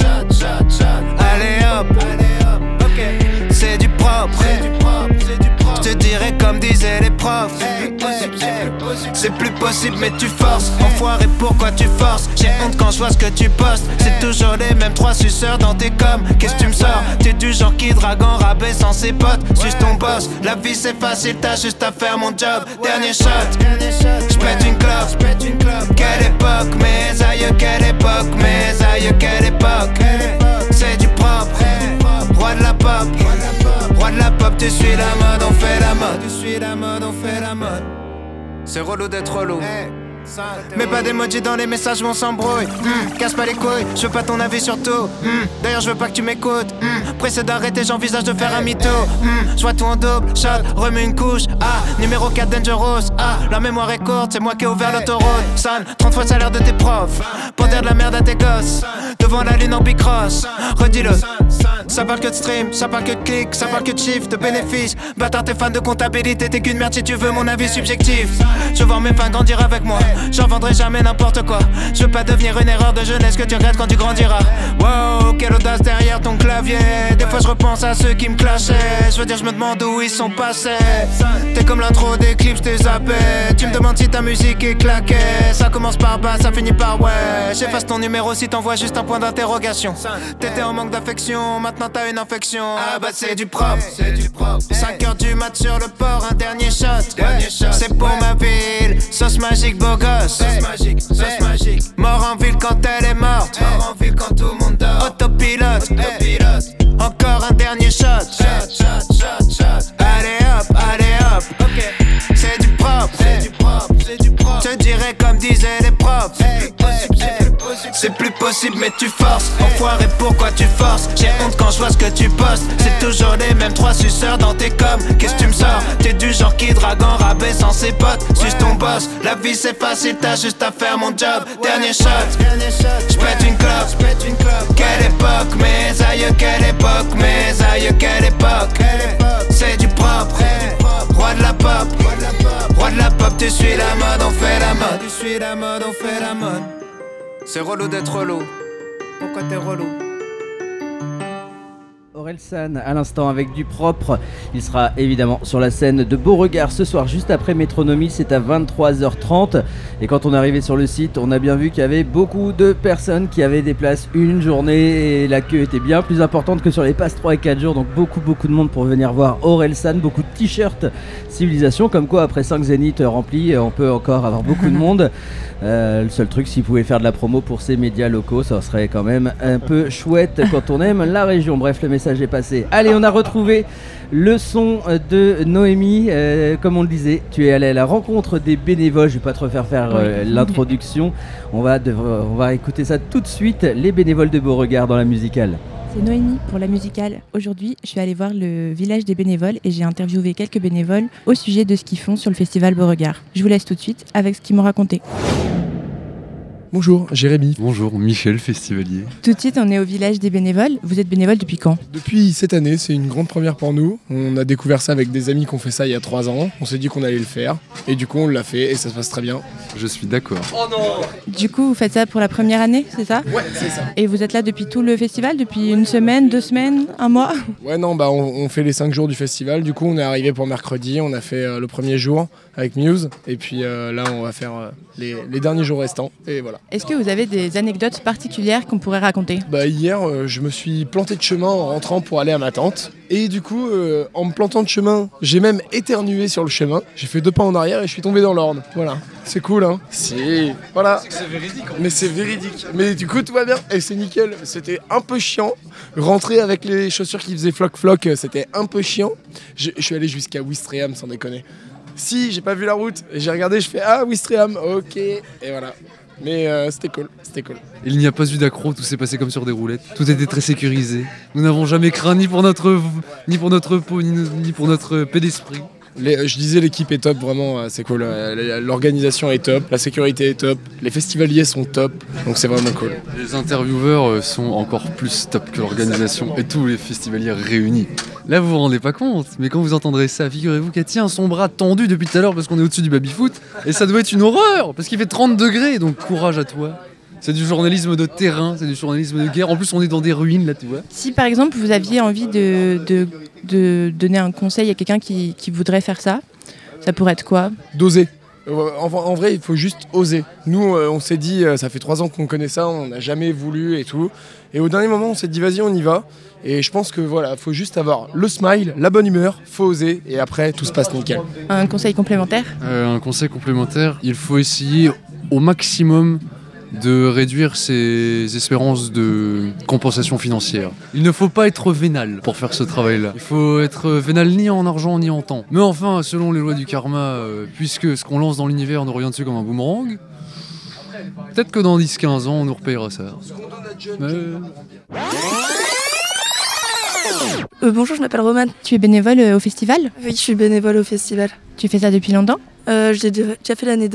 Allez hop. C'est du propre. Je te dirais comme disaient les profs. C'est plus possible mais tu forces. Enfoiré, pourquoi tu forces? J'ai honte quand je vois ce que tu postes. C'est toujours les mêmes 3 suceurs dans tes coms. Qu'est-ce que tu me sors? T'es du genre qui drague en rabais sans ses potes. Suis ton boss, la vie c'est facile, t'as juste à faire mon job. Dernier shot, j'pète une clope. Quelle époque, mes aïeux, quelle époque, mes aïeux, quelle époque. C'est du propre, roi de la pop. Roi de la pop, tu suis la mode, on fait la mode. Tu suis la mode, on fait la mode. C'est relou d'être relou. Mets pas d'emoji dans les messages, on s'embrouille. Casse pas les couilles, je veux pas ton avis sur tout. D'ailleurs, je veux pas que tu m'écoutes. Pressé d'arrêter, j'envisage de faire un mytho. Je vois tout en double, shot, remue une couche. Numéro 4 Dangerous. La mémoire est courte, c'est moi qui ai ouvert l'autoroute. San, 30 fois le salaire de tes profs. Pour dire de la merde à tes gosses. Devant la lune en bicross. Redis-le. Ça parle que de stream, ça parle que de clics, ça parle que de chiffres, de bénéfices. Bâtard, t'es fan de comptabilité, t'es qu'une merde si tu veux mon avis subjectif. Je veux voir mes fans grandir avec moi. J'en vendrai jamais n'importe quoi. Je veux pas devenir une erreur de jeunesse que tu regrettes quand tu grandiras. Wow, quelle audace derrière ton clavier. Des fois je repense à ceux qui me clashaient. Je veux dire, je me demande où ils sont passés. T'es comme l'intro des clips, j't'ai zappé. Tu me demandes si ta musique est claquée. Ça commence par bas, ça finit par ouais. J'efface ton numéro si t'envoies juste un point d'interrogation. T'étais en manque d'affection, maintenant t'as une infection. Ah bah c'est du propre. 5h du mat sur le port, un dernier shot. C'est pour ma ville, sauce magique, beau gosse. Sauce magique. Mort en ville quand elle est morte. Mort en ville quand tout le monde dort. Autopilote. Encore un dernier shot. Allez hop. C'est du propre. Je te dirais comme disaient les profs. C'est plus possible mais tu forces. Enfoiré, pourquoi tu forces? J'ai honte quand je vois ce que tu postes. C'est toujours les mêmes 3 suceurs dans tes coms. Qu'est-ce que tu me sors? T'es du genre qui drague en rabais sans ses potes. Suis ton boss, la vie c'est facile, t'as juste à faire mon job. Dernier shot, j'pète une clope. Quelle époque, mes aïeux, quelle époque, mes aïeux, quelle époque. C'est du propre, roi de la pop. Roi de la pop, tu suis la mode, on fait la mode. Tu suis la mode, on fait la mode. C'est relou d'être relou. Pourquoi t'es relou? Orelsan à l'instant avec du propre. Il sera évidemment sur la scène de Beauregard ce soir juste après Métronomie, c'est à 23h30. Et quand on est arrivé sur le site, on a bien vu qu'il y avait beaucoup de personnes qui avaient des places une journée et la queue était bien plus importante que sur les passes 3 et 4 jours. Donc beaucoup de monde pour venir voir Orelsan, beaucoup de t-shirts Civilisation, comme quoi après 5 zéniths remplis, on peut encore avoir beaucoup de monde. Le seul truc, s'ils pouvaient faire de la promo pour ces médias locaux, ça serait quand même un peu chouette quand on aime la région. Bref, le message est passé. Allez, on a retrouvé le son de Noémie. Comme on le disait, tu es allé à la rencontre des bénévoles. Je vais pas te refaire l'introduction. On va écouter ça tout de suite. Les bénévoles de Beauregard dans la musicale. C'est Noémie pour la musicale. Aujourd'hui, je suis allée voir le village des bénévoles et j'ai interviewé quelques bénévoles au sujet de ce qu'ils font sur le festival Beauregard. Je vous laisse tout de suite avec ce qu'ils m'ont raconté. Bonjour, Jérémy. Bonjour, Michel, festivalier. Tout de suite, on est au village des bénévoles. Vous êtes bénévole depuis quand? Depuis cette année, c'est une grande première pour nous. On a découvert ça avec des amis qui ont fait ça il y a 3 ans. On s'est dit qu'on allait le faire. Et du coup, on l'a fait et ça se passe très bien. Je suis d'accord. Oh non! Du coup, vous faites ça pour la première année, c'est ça? Ouais, c'est ça. Et vous êtes là depuis tout le festival? Depuis une semaine, 2 semaines, un mois? Ouais, non, on fait les 5 jours du festival. Du coup, on est arrivé pour mercredi. On a fait le premier jour avec Muse. Et puis là, on va faire les derniers jours restants. Et voilà. Est-ce que vous avez des anecdotes particulières qu'on pourrait raconter? Hier, je me suis planté de chemin en rentrant pour aller à ma tante. Et du coup, en me plantant de chemin, j'ai même éternué sur le chemin. J'ai fait 2 pas en arrière et je suis tombé dans l'Orne. Voilà. C'est cool, hein? Si. Voilà. C'est véridique. Mais c'est véridique. Mais du coup, tout va bien. Et c'est nickel. C'était un peu chiant. Rentrer avec les chaussures qui faisaient floc-floc, c'était un peu chiant. Je suis allé jusqu'à Ouistreham, sans déconner. Si, j'ai pas vu la route. Et j'ai regardé, je fais ah Ouistreham, ok. Et voilà. Mais c'était cool. Il n'y a pas eu d'accro, tout s'est passé comme sur des roulettes. Tout était très sécurisé. Nous n'avons jamais craint ni pour notre peau, ni pour notre paix d'esprit. Je disais l'équipe est top, vraiment, c'est cool. L'organisation est top, la sécurité est top, les festivaliers sont top, donc c'est vraiment cool. Les intervieweurs sont encore plus top que l'organisation et tous les festivaliers réunis. Là, vous vous rendez pas compte, mais quand vous entendrez ça, figurez-vous qu'elle tient son bras tendu depuis tout à l'heure parce qu'on est au-dessus du baby-foot, et ça doit être une horreur, parce qu'il fait 30 degrés, donc courage à toi. C'est du journalisme de terrain, c'est du journalisme de guerre. En plus, on est dans des ruines, là, tu vois. Si par exemple vous aviez envie de donner un conseil à quelqu'un qui voudrait faire ça, ça pourrait être quoi ? D'oser. En vrai, il faut juste oser. Nous, on s'est dit, ça fait 3 ans qu'on connaît ça, on n'a jamais voulu et tout. Et au dernier moment, on s'est dit, vas-y, on y va. Et je pense que voilà, faut juste avoir le smile, la bonne humeur, faut oser, et après, tout se passe nickel. Un conseil complémentaire ? Un conseil complémentaire, il faut essayer au maximum de réduire ses espérances de compensation financière. Il ne faut pas être vénal pour faire ce travail-là. Il faut être vénal ni en argent ni en temps. Mais enfin, selon les lois du karma, puisque ce qu'on lance dans l'univers nous revient dessus comme un boomerang, peut-être que dans 10-15 ans, on nous repayera ça. Bonjour, je m'appelle Romane. Tu es bénévole au festival ? Oui, je suis bénévole au festival. Tu fais ça depuis longtemps ? J'ai déjà fait l'année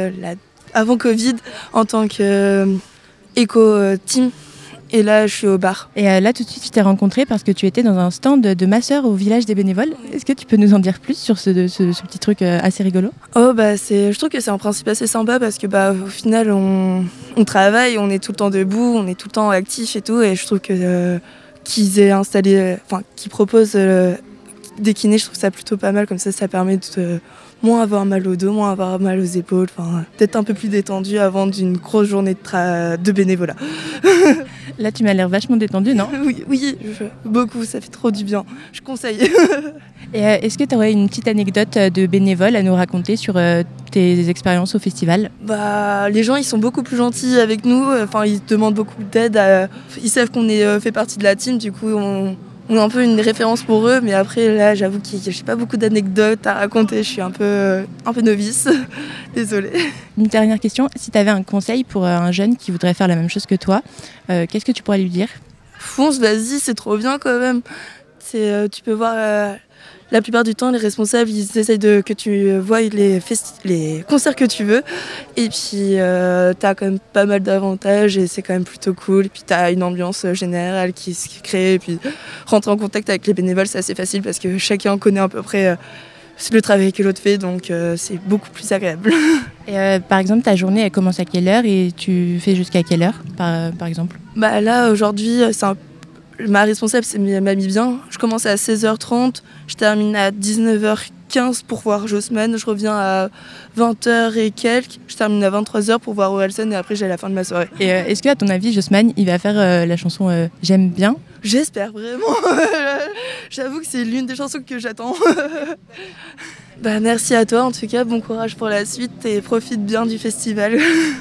avant Covid en tant que éco-team. Et là, je suis au bar. Et là, tout de suite, tu t'es rencontré parce que tu étais dans un stand de masseur au village des bénévoles. Est-ce que tu peux nous en dire plus sur ce petit truc assez rigolo ? Je trouve que c'est en principe assez sympa parce que au final, on travaille, on est tout le temps debout, on est tout le temps actif et tout. Et je trouve que qu'ils aient installé, qu'ils proposent des kinés, je trouve ça plutôt pas mal. Comme ça permet de moins avoir mal au dos, moins avoir mal aux épaules, d'être un peu plus détendu avant d'une grosse journée de bénévolat. Là, tu m'as l'air vachement détendu, non ? Oui, beaucoup, ça fait trop du bien. Je conseille. Et est-ce que tu aurais une petite anecdote de bénévole à nous raconter sur tes expériences au festival ? Les gens, ils sont beaucoup plus gentils avec nous. Ils demandent beaucoup d'aide. Ils savent qu'on fait partie de la team, du coup, on est un peu une référence pour eux, mais après là j'avoue que j'ai pas beaucoup d'anecdotes à raconter, je suis un peu novice, désolée. Une dernière question, si tu avais un conseil pour un jeune qui voudrait faire la même chose que toi, qu'est-ce que tu pourrais lui dire ? Fonce, vas-y, c'est trop bien quand même. Tu peux voir la plupart du temps les responsables ils essayent que tu vois les concerts que tu veux et puis t'as quand même pas mal d'avantages et c'est quand même plutôt cool et puis t'as une ambiance générale qui se crée et puis rentrer en contact avec les bénévoles c'est assez facile parce que chacun connaît à peu près le travail que l'autre fait donc c'est beaucoup plus agréable. Et par exemple ta journée elle commence à quelle heure et tu fais jusqu'à quelle heure par exemple ? Là aujourd'hui ma responsable m'a mis bien. Je commence à 16h30, je termine à 19h15 pour voir Josman, je reviens à 20h et quelques, je termine à 23h pour voir Orelsan et après j'ai la fin de ma soirée. Et est-ce que à ton avis Josman il va faire la chanson J'aime bien ? J'espère vraiment. J'avoue que c'est l'une des chansons que j'attends. Merci à toi en tout cas, bon courage pour la suite et profite bien du festival.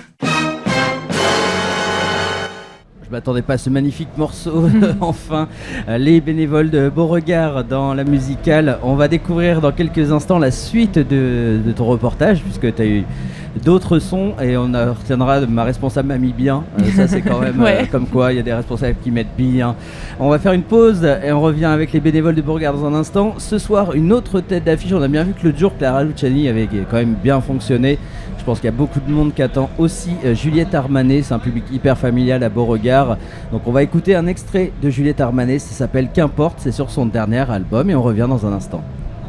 Je m'attendais pas à ce magnifique morceau. Enfin, les bénévoles de Beauregard dans la musicale. On va découvrir dans quelques instants la suite de ton reportage puisque tu as eu d'autres sons et on retiendra ma responsable m'a mis bien. Ça c'est quand même comme quoi il y a des responsables qui mettent bien. On va faire une pause et on revient avec les bénévoles de Beauregard dans un instant. Ce soir, une autre tête d'affiche. On a bien vu que l'autre jour Clara Luciani avait quand même bien fonctionné. Je pense qu'il y a beaucoup de monde qui attend aussi Juliette Armanet, c'est un public hyper familial à Beauregard. Donc on va écouter un extrait de Juliette Armanet, ça s'appelle Qu'importe, c'est sur son dernier album et on revient dans un instant.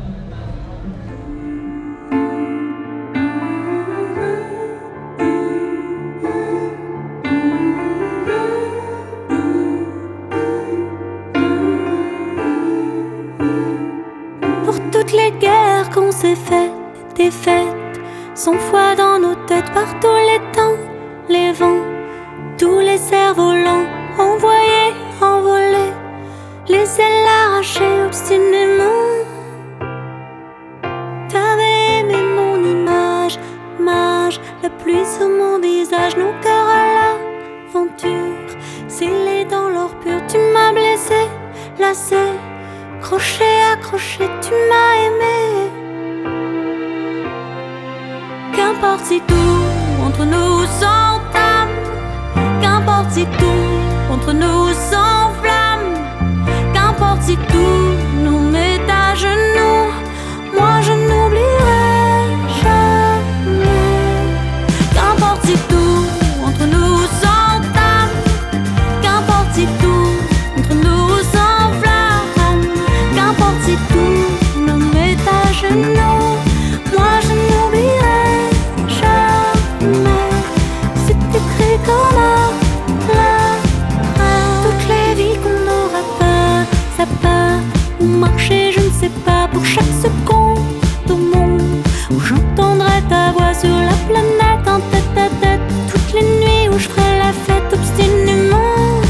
Pour toutes les guerres qu'on s'est faites, des fêtes, 100 fois dans nos têtes par tous les temps, les vents, tous les cerfs-volants, envoyés, envolés, les ailes arrachées obstinément. T'avais aimé mon image, la pluie sur mon visage, nos cœurs à l'aventure, scellés dans l'or pur, tu m'as blessé, lassé, crochet, accroché, tu m'as aimé. si tout entre nous s'entame, qu'importe si tout entre nous s'enflamme, qu'importe si tout nous met à genoux, moi je n'oublierai jamais. Qu'importe si tout entre nous s'entame, qu'importe si tout entre nous s'enflamme, qu'importe si tout nous met à genoux, moi je n'oublierai jamais. C'est écrit comme un toutes les villes qu'on aura peur, ça part ou marcher, je ne sais pas, pour chaque seconde au monde où j'entendrai ta voix sur la planète en tête à tête, toutes les nuits où je ferai la fête obstinément.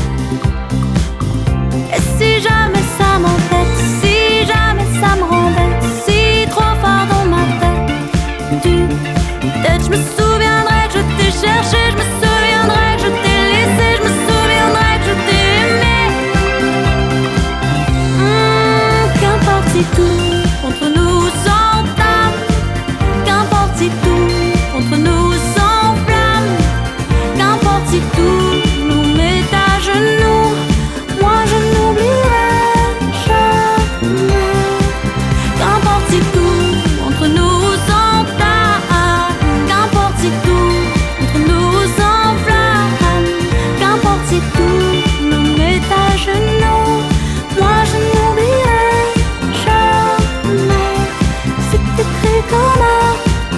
Et si jamais ça m'embête, si jamais ça me rembête, si trop fort dans ma tête, peut-être je me souviendrai que je t'ai cherché, je me souviendrai que je t'ai laissé, je me souviendrai que je t'ai aimé. Qu'importe si tout entre nous s'entame, qu'importe si tout entre nous s'enflamme, qu'importe si tout nous met à genoux, moi je n'oublierai jamais. Qu'importe si tout entre nous s'entame, qu'importe si tout entre nous s'enflamme, qu'importe si tout nous met à genoux, moi je n'oublierai jamais. C'est écrit comme un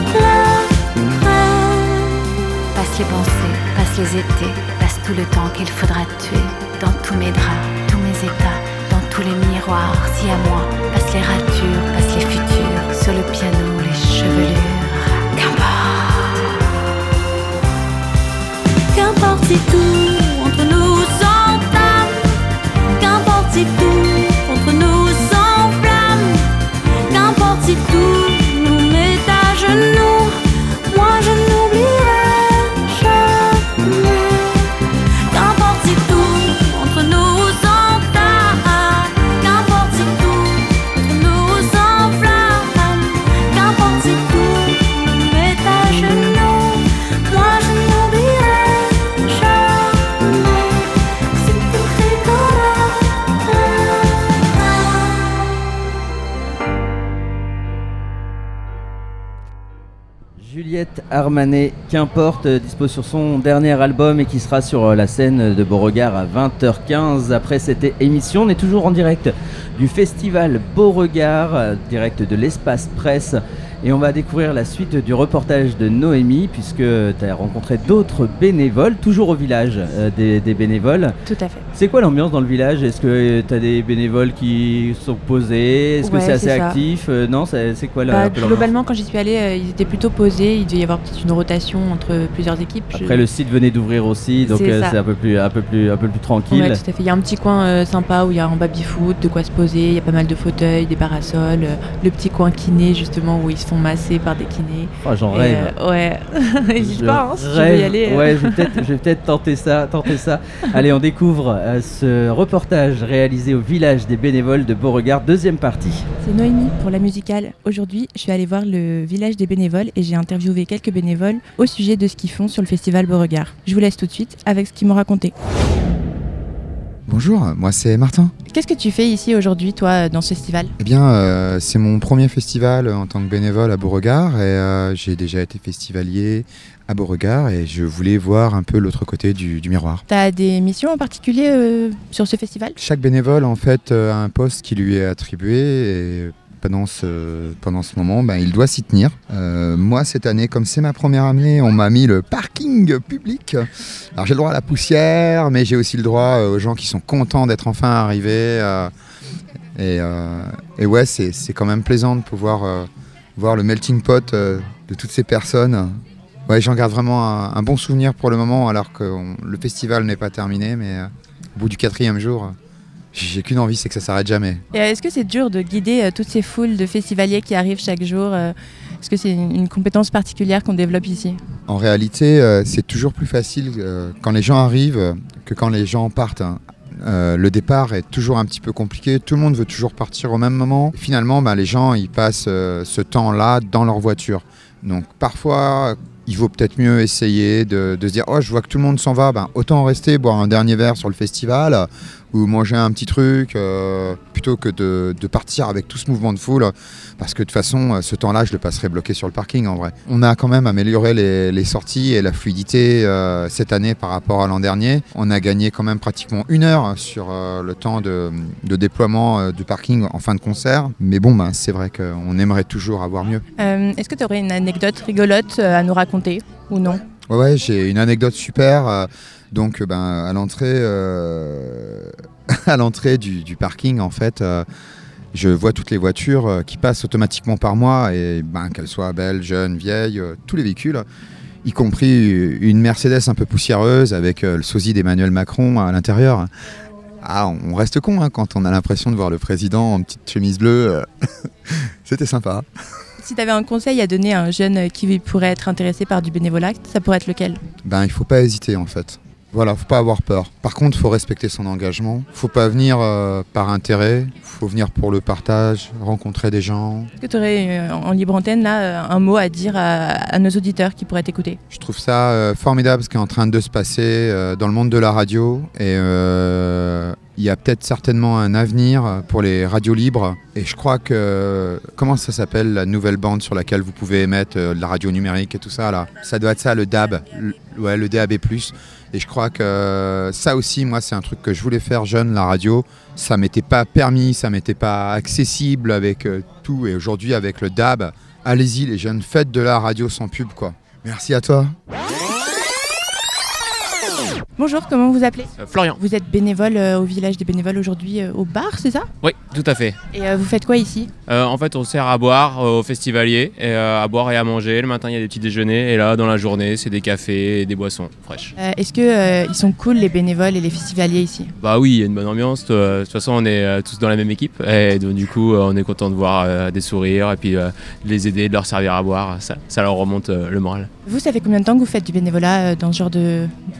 Passe les pensées, passe les étés, passe tout le temps qu'il faudra tuer. Dans tous mes draps, tous mes états, dans tous les miroirs, si à moi. Passe les ratures, passe les futurs, sur le piano, les chevelures. Qu'importe si tout entre nous s'entame, qu'importe si tout entre nous s'enflamme, qu'importe si tout nous met à genoux, moi je n'oublierai jamais. Qu'importe si tout entre nous s'entame, qu'importe si tout entre nous s'enflamme, qu'importe si tout nous met à genoux, moi je n'oublierai jamais. C'est écrit comme Juliette Armanet, qu'importe, dispo sur son dernier album et qui sera sur la scène de Beauregard à 20h15. Après cette émission, on est toujours en direct du festival Beauregard, direct de l'Espace Presse. Et on va découvrir la suite du reportage de Noémie, puisque tu as rencontré d'autres bénévoles, toujours au village des bénévoles. Tout à fait. C'est quoi l'ambiance dans le village? Est-ce que tu as des bénévoles qui sont posés? Est-ce que c'est assez actif? Non, c'est quoi globalement, quand j'y suis allée, ils étaient plutôt posés. Il devait y avoir peut-être une rotation entre plusieurs équipes. Après, le site venait d'ouvrir aussi, donc c'est un peu plus tranquille. Ouais, tout à fait. Il y a un petit coin sympa où il y a un baby-foot, de quoi se poser. Il y a pas mal de fauteuils, des parasols. Le petit coin kiné, justement, où ils se font masser par des kinés. Oh, j'en rêve. Ouais, n'hésite pas, si tu veux y aller. Ouais, je vais peut-être tenter ça. Allez, on découvre ce reportage réalisé au village des bénévoles de Beauregard, deuxième partie. C'est Noémie pour la musicale. Aujourd'hui, je suis allée voir le village des bénévoles et j'ai interviewé quelques bénévoles au sujet de ce qu'ils font sur le festival Beauregard. Je vous laisse tout de suite avec ce qu'ils m'ont raconté. Bonjour, moi c'est Martin. Qu'est-ce que tu fais ici aujourd'hui, toi, dans ce festival ? Eh bien, c'est mon premier festival en tant que bénévole à Beauregard et j'ai déjà été festivalier à Beauregard et je voulais voir un peu l'autre côté du miroir. T'as des missions en particulier sur ce festival ? Chaque bénévole, en fait, a un poste qui lui est attribué et pendant ce moment, il doit s'y tenir. Moi, cette année, comme c'est ma première année, on m'a mis le parking public. Alors, j'ai le droit à la poussière, mais j'ai aussi le droit aux gens qui sont contents d'être enfin arrivés. Et ouais, c'est quand même plaisant de pouvoir voir le melting pot de toutes ces personnes. Ouais, j'en garde vraiment un bon souvenir pour le moment, alors que le festival n'est pas terminé, mais au bout du 4e jour... J'ai qu'une envie, c'est que ça s'arrête jamais. Et est-ce que c'est dur de guider toutes ces foules de festivaliers qui arrivent chaque jour Est-ce que c'est une compétence particulière qu'on développe ici ? En réalité, c'est toujours plus facile quand les gens arrivent que quand les gens partent. Le départ est toujours un petit peu compliqué. Tout le monde veut toujours partir au même moment. Finalement, les gens ils passent ce temps-là dans leur voiture. Donc parfois, il vaut peut-être mieux essayer de se dire « Oh, je vois que tout le monde s'en va, autant rester, boire un dernier verre sur le festival ou manger un petit truc plutôt que de partir avec tout ce mouvement de foule. » Parce que de toute façon, ce temps-là, je le passerai bloqué sur le parking en vrai. On a quand même amélioré les sorties et la fluidité cette année par rapport à l'an dernier. On a gagné quand même pratiquement 1 heure sur le temps de déploiement du parking en fin de concert. Mais bon, c'est vrai qu'on aimerait toujours avoir mieux. Est-ce que tu aurais une anecdote rigolote à nous raconter ou non ? Ouais, j'ai une anecdote super. Donc, à l'entrée du parking, en fait, je vois toutes les voitures qui passent automatiquement par moi, et qu'elles soient belles, jeunes, vieilles, tous les véhicules, y compris une Mercedes un peu poussiéreuse avec le sosie d'Emmanuel Macron à l'intérieur. Ah, on reste con quand on a l'impression de voir le président en petite chemise bleue. C'était sympa. Si tu avais un conseil à donner à un jeune qui pourrait être intéressé par du bénévolat, ça pourrait être lequel ? Il faut pas hésiter en fait. Voilà, faut pas avoir peur. Par contre, faut respecter son engagement. Faut pas venir par intérêt. Faut venir pour le partage, rencontrer des gens. Est-ce que tu aurais en libre antenne là un mot à dire à nos auditeurs qui pourraient t'écouter ? Je trouve ça formidable ce qui est en train de se passer dans le monde de la radio et il y a peut-être certainement un avenir pour les radios libres. Et je crois que... Comment ça s'appelle, la nouvelle bande sur laquelle vous pouvez émettre la radio numérique et tout ça là ? Ça doit être ça, le DAB. Le DAB+. Et je crois que ça aussi, moi, c'est un truc que je voulais faire jeune, la radio. Ça m'était pas permis, ça m'était pas accessible avec tout. Et aujourd'hui, avec le DAB, allez-y les jeunes, faites de la radio sans pub, quoi. Merci à toi. Bonjour, comment vous appelez ? Florian. Vous êtes bénévole au village des bénévoles aujourd'hui au bar, c'est ça ? Oui, tout à fait. Et vous faites quoi ici ? En fait, on sert à boire aux festivaliers, et, à boire et à manger. Le matin, il y a des petits déjeuners, et là, dans la journée, c'est des cafés et des boissons fraîches. Est-ce que ils sont cool, les bénévoles et les festivaliers ici ? Bah oui, il y a une bonne ambiance. De toute façon, on est tous dans la même équipe, et donc, du coup, on est content de voir des sourires, et puis de les aider, de leur servir à boire. Ça leur remonte le moral. Vous, ça fait combien de temps que vous faites du bénévolat dans ce genre d'événement ?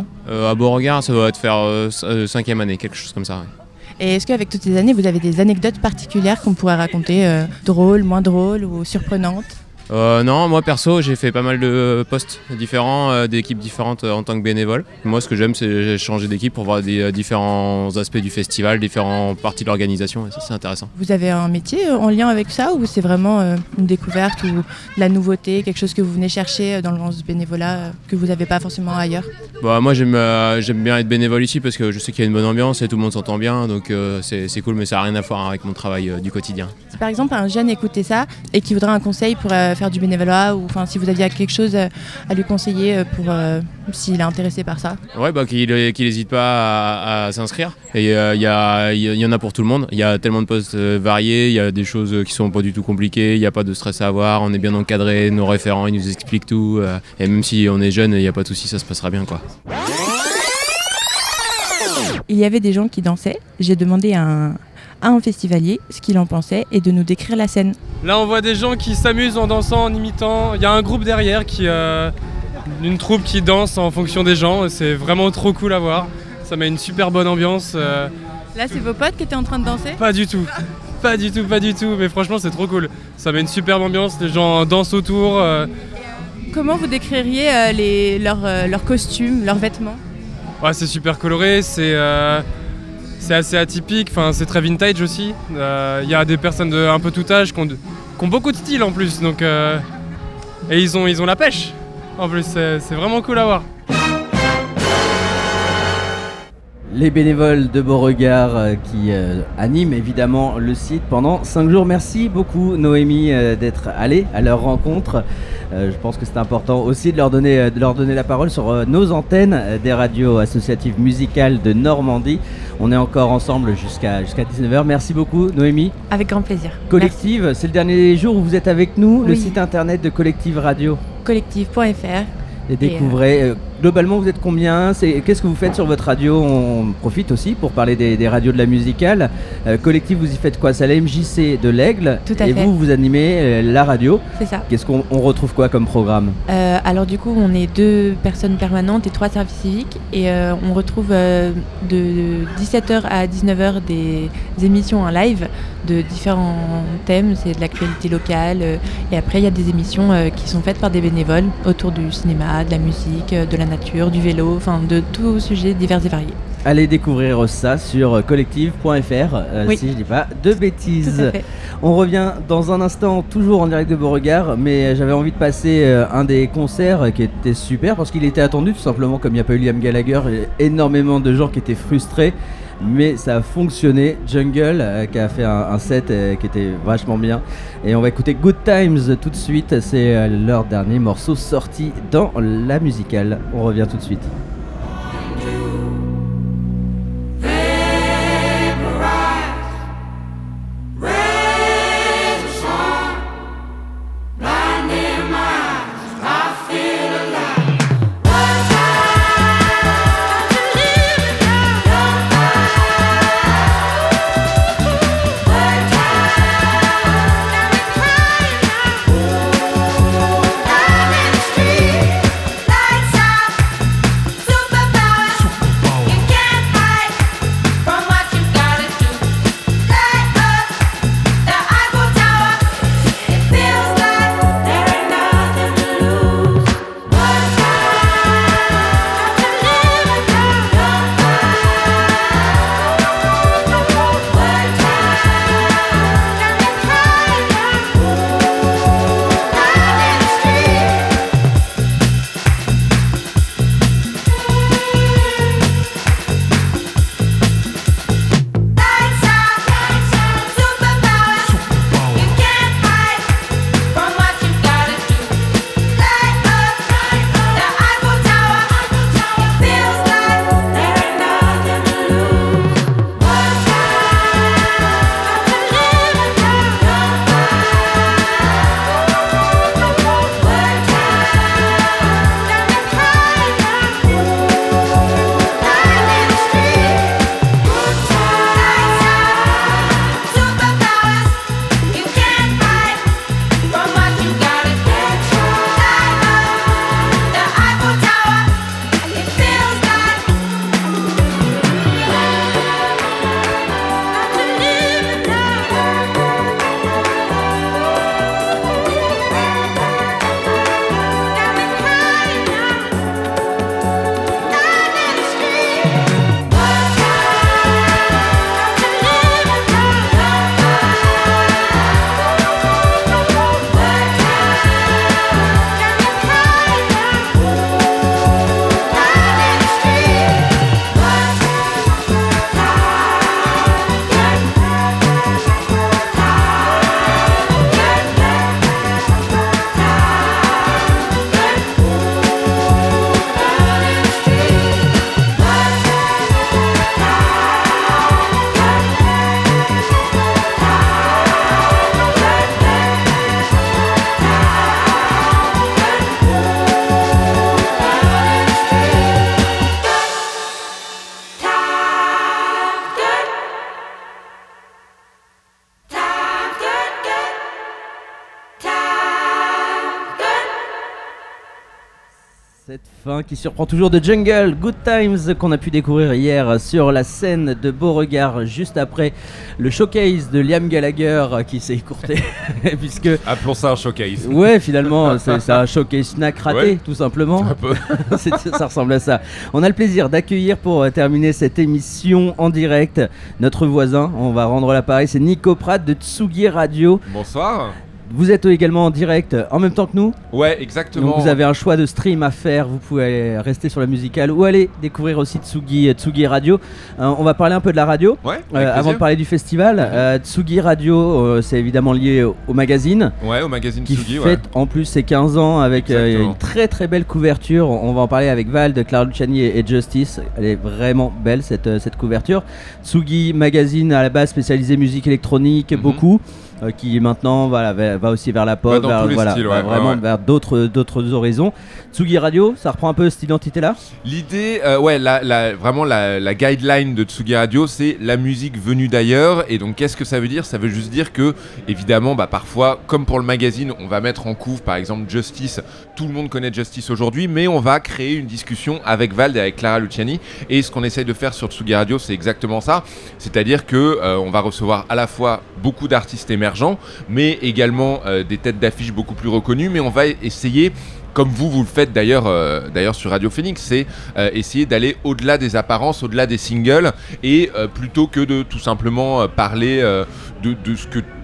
À Beauregard, ça doit être faire 5e année, quelque chose comme ça. Ouais. Et est-ce qu'avec toutes ces années, vous avez des anecdotes particulières qu'on pourrait raconter, drôles, moins drôles ou surprenantes ? Non, moi perso, j'ai fait pas mal de postes différents, d'équipes différentes en tant que bénévole. Moi, ce que j'aime, c'est changer d'équipe pour voir des différents aspects du festival, différentes parties de l'organisation, et ça, c'est intéressant. Vous avez un métier en lien avec ça, ou c'est vraiment une découverte ou de la nouveauté, quelque chose que vous venez chercher dans le bénévolat que vous n'avez pas forcément ailleurs ? Moi, j'aime bien être bénévole ici parce que je sais qu'il y a une bonne ambiance et tout le monde s'entend bien, donc c'est cool, mais ça n'a rien à voir avec mon travail du quotidien. Si par exemple un jeune écoutait ça et qui voudrait un conseil pour faire du bénévolat, ou si vous aviez quelque chose à lui conseiller pour s'il est intéressé par ça. Ouais, qu'il n'hésite pas à s'inscrire. Et il y en a pour tout le monde. Il y a tellement de postes variés, il y a des choses qui sont pas du tout compliquées, il n'y a pas de stress à avoir, on est bien encadré, nos référents ils nous expliquent tout. Et même si on est jeune, il n'y a pas de souci, ça se passera bien, quoi. Il y avait des gens qui dansaient. J'ai demandé à un festivalier ce qu'il en pensait et de nous décrire la scène. Là on voit des gens qui s'amusent en dansant, en imitant. Il y a un groupe derrière une troupe qui danse en fonction des gens. C'est vraiment trop cool à voir. Ça met une super bonne ambiance. Là c'est vos potes qui étaient en train de danser ? Pas du tout. Mais franchement c'est trop cool. Ça met une superbe ambiance, les gens dansent autour. Comment vous décririez leurs costumes, leurs vêtements ? Ouais, c'est super coloré, c'est assez atypique, c'est très vintage aussi. Il y a des personnes de un peu tout âge qui ont beaucoup de style en plus, donc, et ils ont la pêche. En plus, c'est vraiment cool à voir. Les bénévoles de Beauregard qui animent évidemment le site pendant 5 jours. Merci beaucoup Noémie d'être allée à leur rencontre. Je pense que c'est important aussi de leur donner la parole sur nos antennes des radios associatives musicales de Normandie. On est encore ensemble jusqu'à 19h. Merci beaucoup Noémie. Avec grand plaisir. Collective, merci. C'est le dernier jour où vous êtes avec nous, oui. Le site internet de Collective Radio. Collective.fr. Et découvrez. Globalement, vous êtes combien? Qu'est-ce que vous faites sur votre radio? On profite aussi pour parler des radios de la musicale. Collectif, vous y faites quoi? C'est à la MJC de l'Aigle. Tout à et fait. vous animez la radio. C'est ça. Qu'est-ce qu'on retrouve quoi comme programme? Alors du coup, on est 2 personnes permanentes et 3 services civiques. Et on retrouve de 17h à 19h des émissions en live de différents thèmes. C'est de l'actualité locale. Et après, il y a des émissions qui sont faites par des bénévoles autour du cinéma, de la musique, de la nature, du vélo, enfin de tous sujets divers et variés. Allez découvrir ça sur collective.fr Oui. si je dis pas de bêtises. Tout à fait. On revient dans un instant, toujours en direct de Beauregard, mais j'avais envie de passer un des concerts qui était super parce qu'il était attendu tout simplement, comme il n'y a pas eu Liam Gallagher, il y a énormément de gens qui étaient frustrés. Mais ça a fonctionné. Jungle qui a fait un set qui était vachement bien. Et on va écouter Good Times tout de suite. C'est leur dernier morceau sorti dans la musicale. On revient tout de suite. Cette fin qui surprend toujours de Jungle, Good Times, qu'on a pu découvrir hier sur la scène de Beauregard, juste après le showcase de Liam Gallagher qui s'est écourté. Puisque... Appelons ça un showcase. Ouais, finalement, c'est un showcase snack raté, ouais, tout simplement. Un peu. Ça ressemble à ça. On a le plaisir d'accueillir pour terminer cette émission en direct notre voisin. On va rendre l'appareil, c'est Nico Pratt de Tsugi Radio. Bonsoir. Vous êtes également en direct en même temps que nous. Ouais, exactement. Donc vous avez un choix de stream à faire. Vous pouvez rester sur la musicale ou aller découvrir aussi Tsugi Radio. On va parler un peu de la radio. Ouais, avant de parler du festival. Tsugi Radio, c'est évidemment lié au magazine. Ouais, au magazine qui Tsugi. fête en plus ses 15 ans avec une très très belle couverture. On va en parler avec Val de Clara Luciani et Justice. Elle est vraiment belle cette couverture. Tsugi Magazine à la base spécialisé musique électronique, beaucoup. qui maintenant va aussi vers la pop, dans tous les styles, va vraiment vers d'autres horizons. Tsugi Radio, ça reprend un peu cette identité-là. L'idée, vraiment la guideline de Tsugi Radio, c'est la musique venue d'ailleurs. Et donc, qu'est-ce que ça veut dire ? Ça veut juste dire que, évidemment, parfois, comme pour le magazine, on va mettre en couve, par exemple, Justice. Tout le monde connaît Justice aujourd'hui, mais on va créer une discussion avec Vald et avec Clara Luciani. Et ce qu'on essaye de faire sur Tsugi Radio, c'est exactement ça. C'est-à-dire que on va recevoir à la fois beaucoup d'artistes émergents, mais également des têtes d'affiche beaucoup plus reconnues. Mais on va essayer, comme vous le faites d'ailleurs sur Radio Phoenix, c'est essayer d'aller au-delà des apparences, au-delà des singles, et plutôt que de tout simplement parler de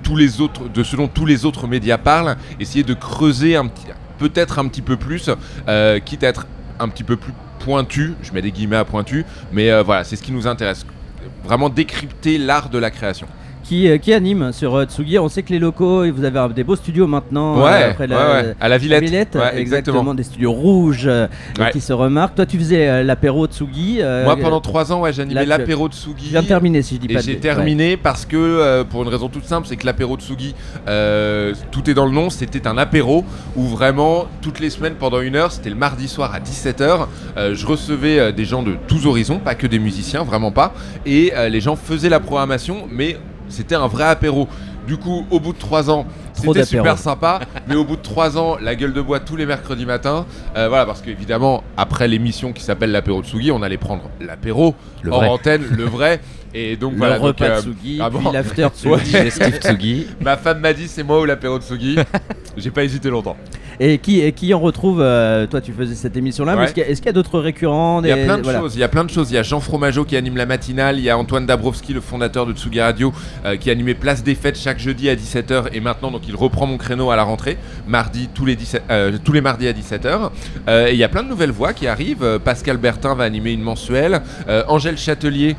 ce dont tous les autres médias parlent, essayer de creuser peut-être un petit peu plus, quitte à être un petit peu plus pointu, je mets des guillemets à pointu, mais voilà, c'est ce qui nous intéresse, vraiment décrypter l'art de la création. Qui anime sur Tsugi. On sait que les locaux, vous avez des beaux studios maintenant. Après à la Villette. Exactement, des studios rouges qui se remarquent. Toi, tu faisais l'apéro Tsugi. Moi, pendant 3 ans, j'animais l'apéro Tsugi. Je viens de terminer, si je dis pas de bêtises. J'ai terminé parce que, pour une raison toute simple, c'est que l'apéro Tsugi, tout est dans le nom, c'était un apéro où vraiment, toutes les semaines, pendant 1 heure, c'était le mardi soir à 17h, je recevais des gens de tous horizons, pas que des musiciens, vraiment pas, et les gens faisaient la programmation, mais c'était un vrai apéro. Du coup, au bout de 3 ans, c'était super sympa, mais au bout de 3 ans, la gueule de bois tous les mercredis matins. Parce qu'évidemment, après l'émission qui s'appelle l'apéro Tsugi, on allait prendre l'apéro hors antenne, le vrai. Et donc le repas Tsugi, puis l'after Tsugi, Steve Tsugi. Ma femme m'a dit c'est moi ou l'apéro Tsugi. J'ai pas hésité longtemps. Et qui on retrouve toi tu faisais cette émission-là, mais est-ce qu'il y a d'autres récurrents? Il y a plein de choses. Il y a Jean Fromageau qui anime la matinale. Il y a Antoine Dabrowski, le fondateur de Tsugi Radio, qui animait Place des Fêtes chaque jeudi à 17h. Et maintenant, donc il reprend mon créneau à la rentrée, tous les mardis à 17h. Et il y a plein de nouvelles voix qui arrivent. Pascal Bertin va animer une mensuelle. Angèle Châtelier,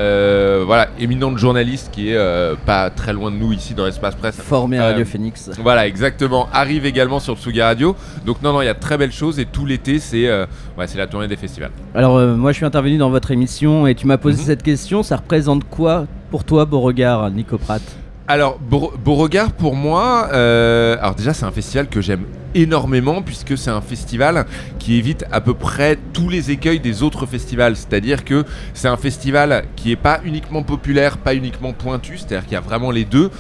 éminente journaliste qui est pas très loin de nous ici dans l'Espace Presse. Formée à Radio Phoenix. Voilà, exactement. Arrive également sur Tsugi Radio. Donc non, il y a de très belles choses et tout l'été, c'est la tournée des festivals. Alors moi, je suis intervenu dans votre émission et tu m'as posé cette question. Ça représente quoi pour toi, Beauregard, Nico Pratt? Alors, Beauregard, pour moi, alors déjà, c'est un festival que j'aime énormément puisque c'est un festival qui évite à peu près tous les écueils des autres festivals. C'est-à-dire que c'est un festival qui n'est pas uniquement populaire, pas uniquement pointu, c'est-à-dire qu'il y a vraiment les deux.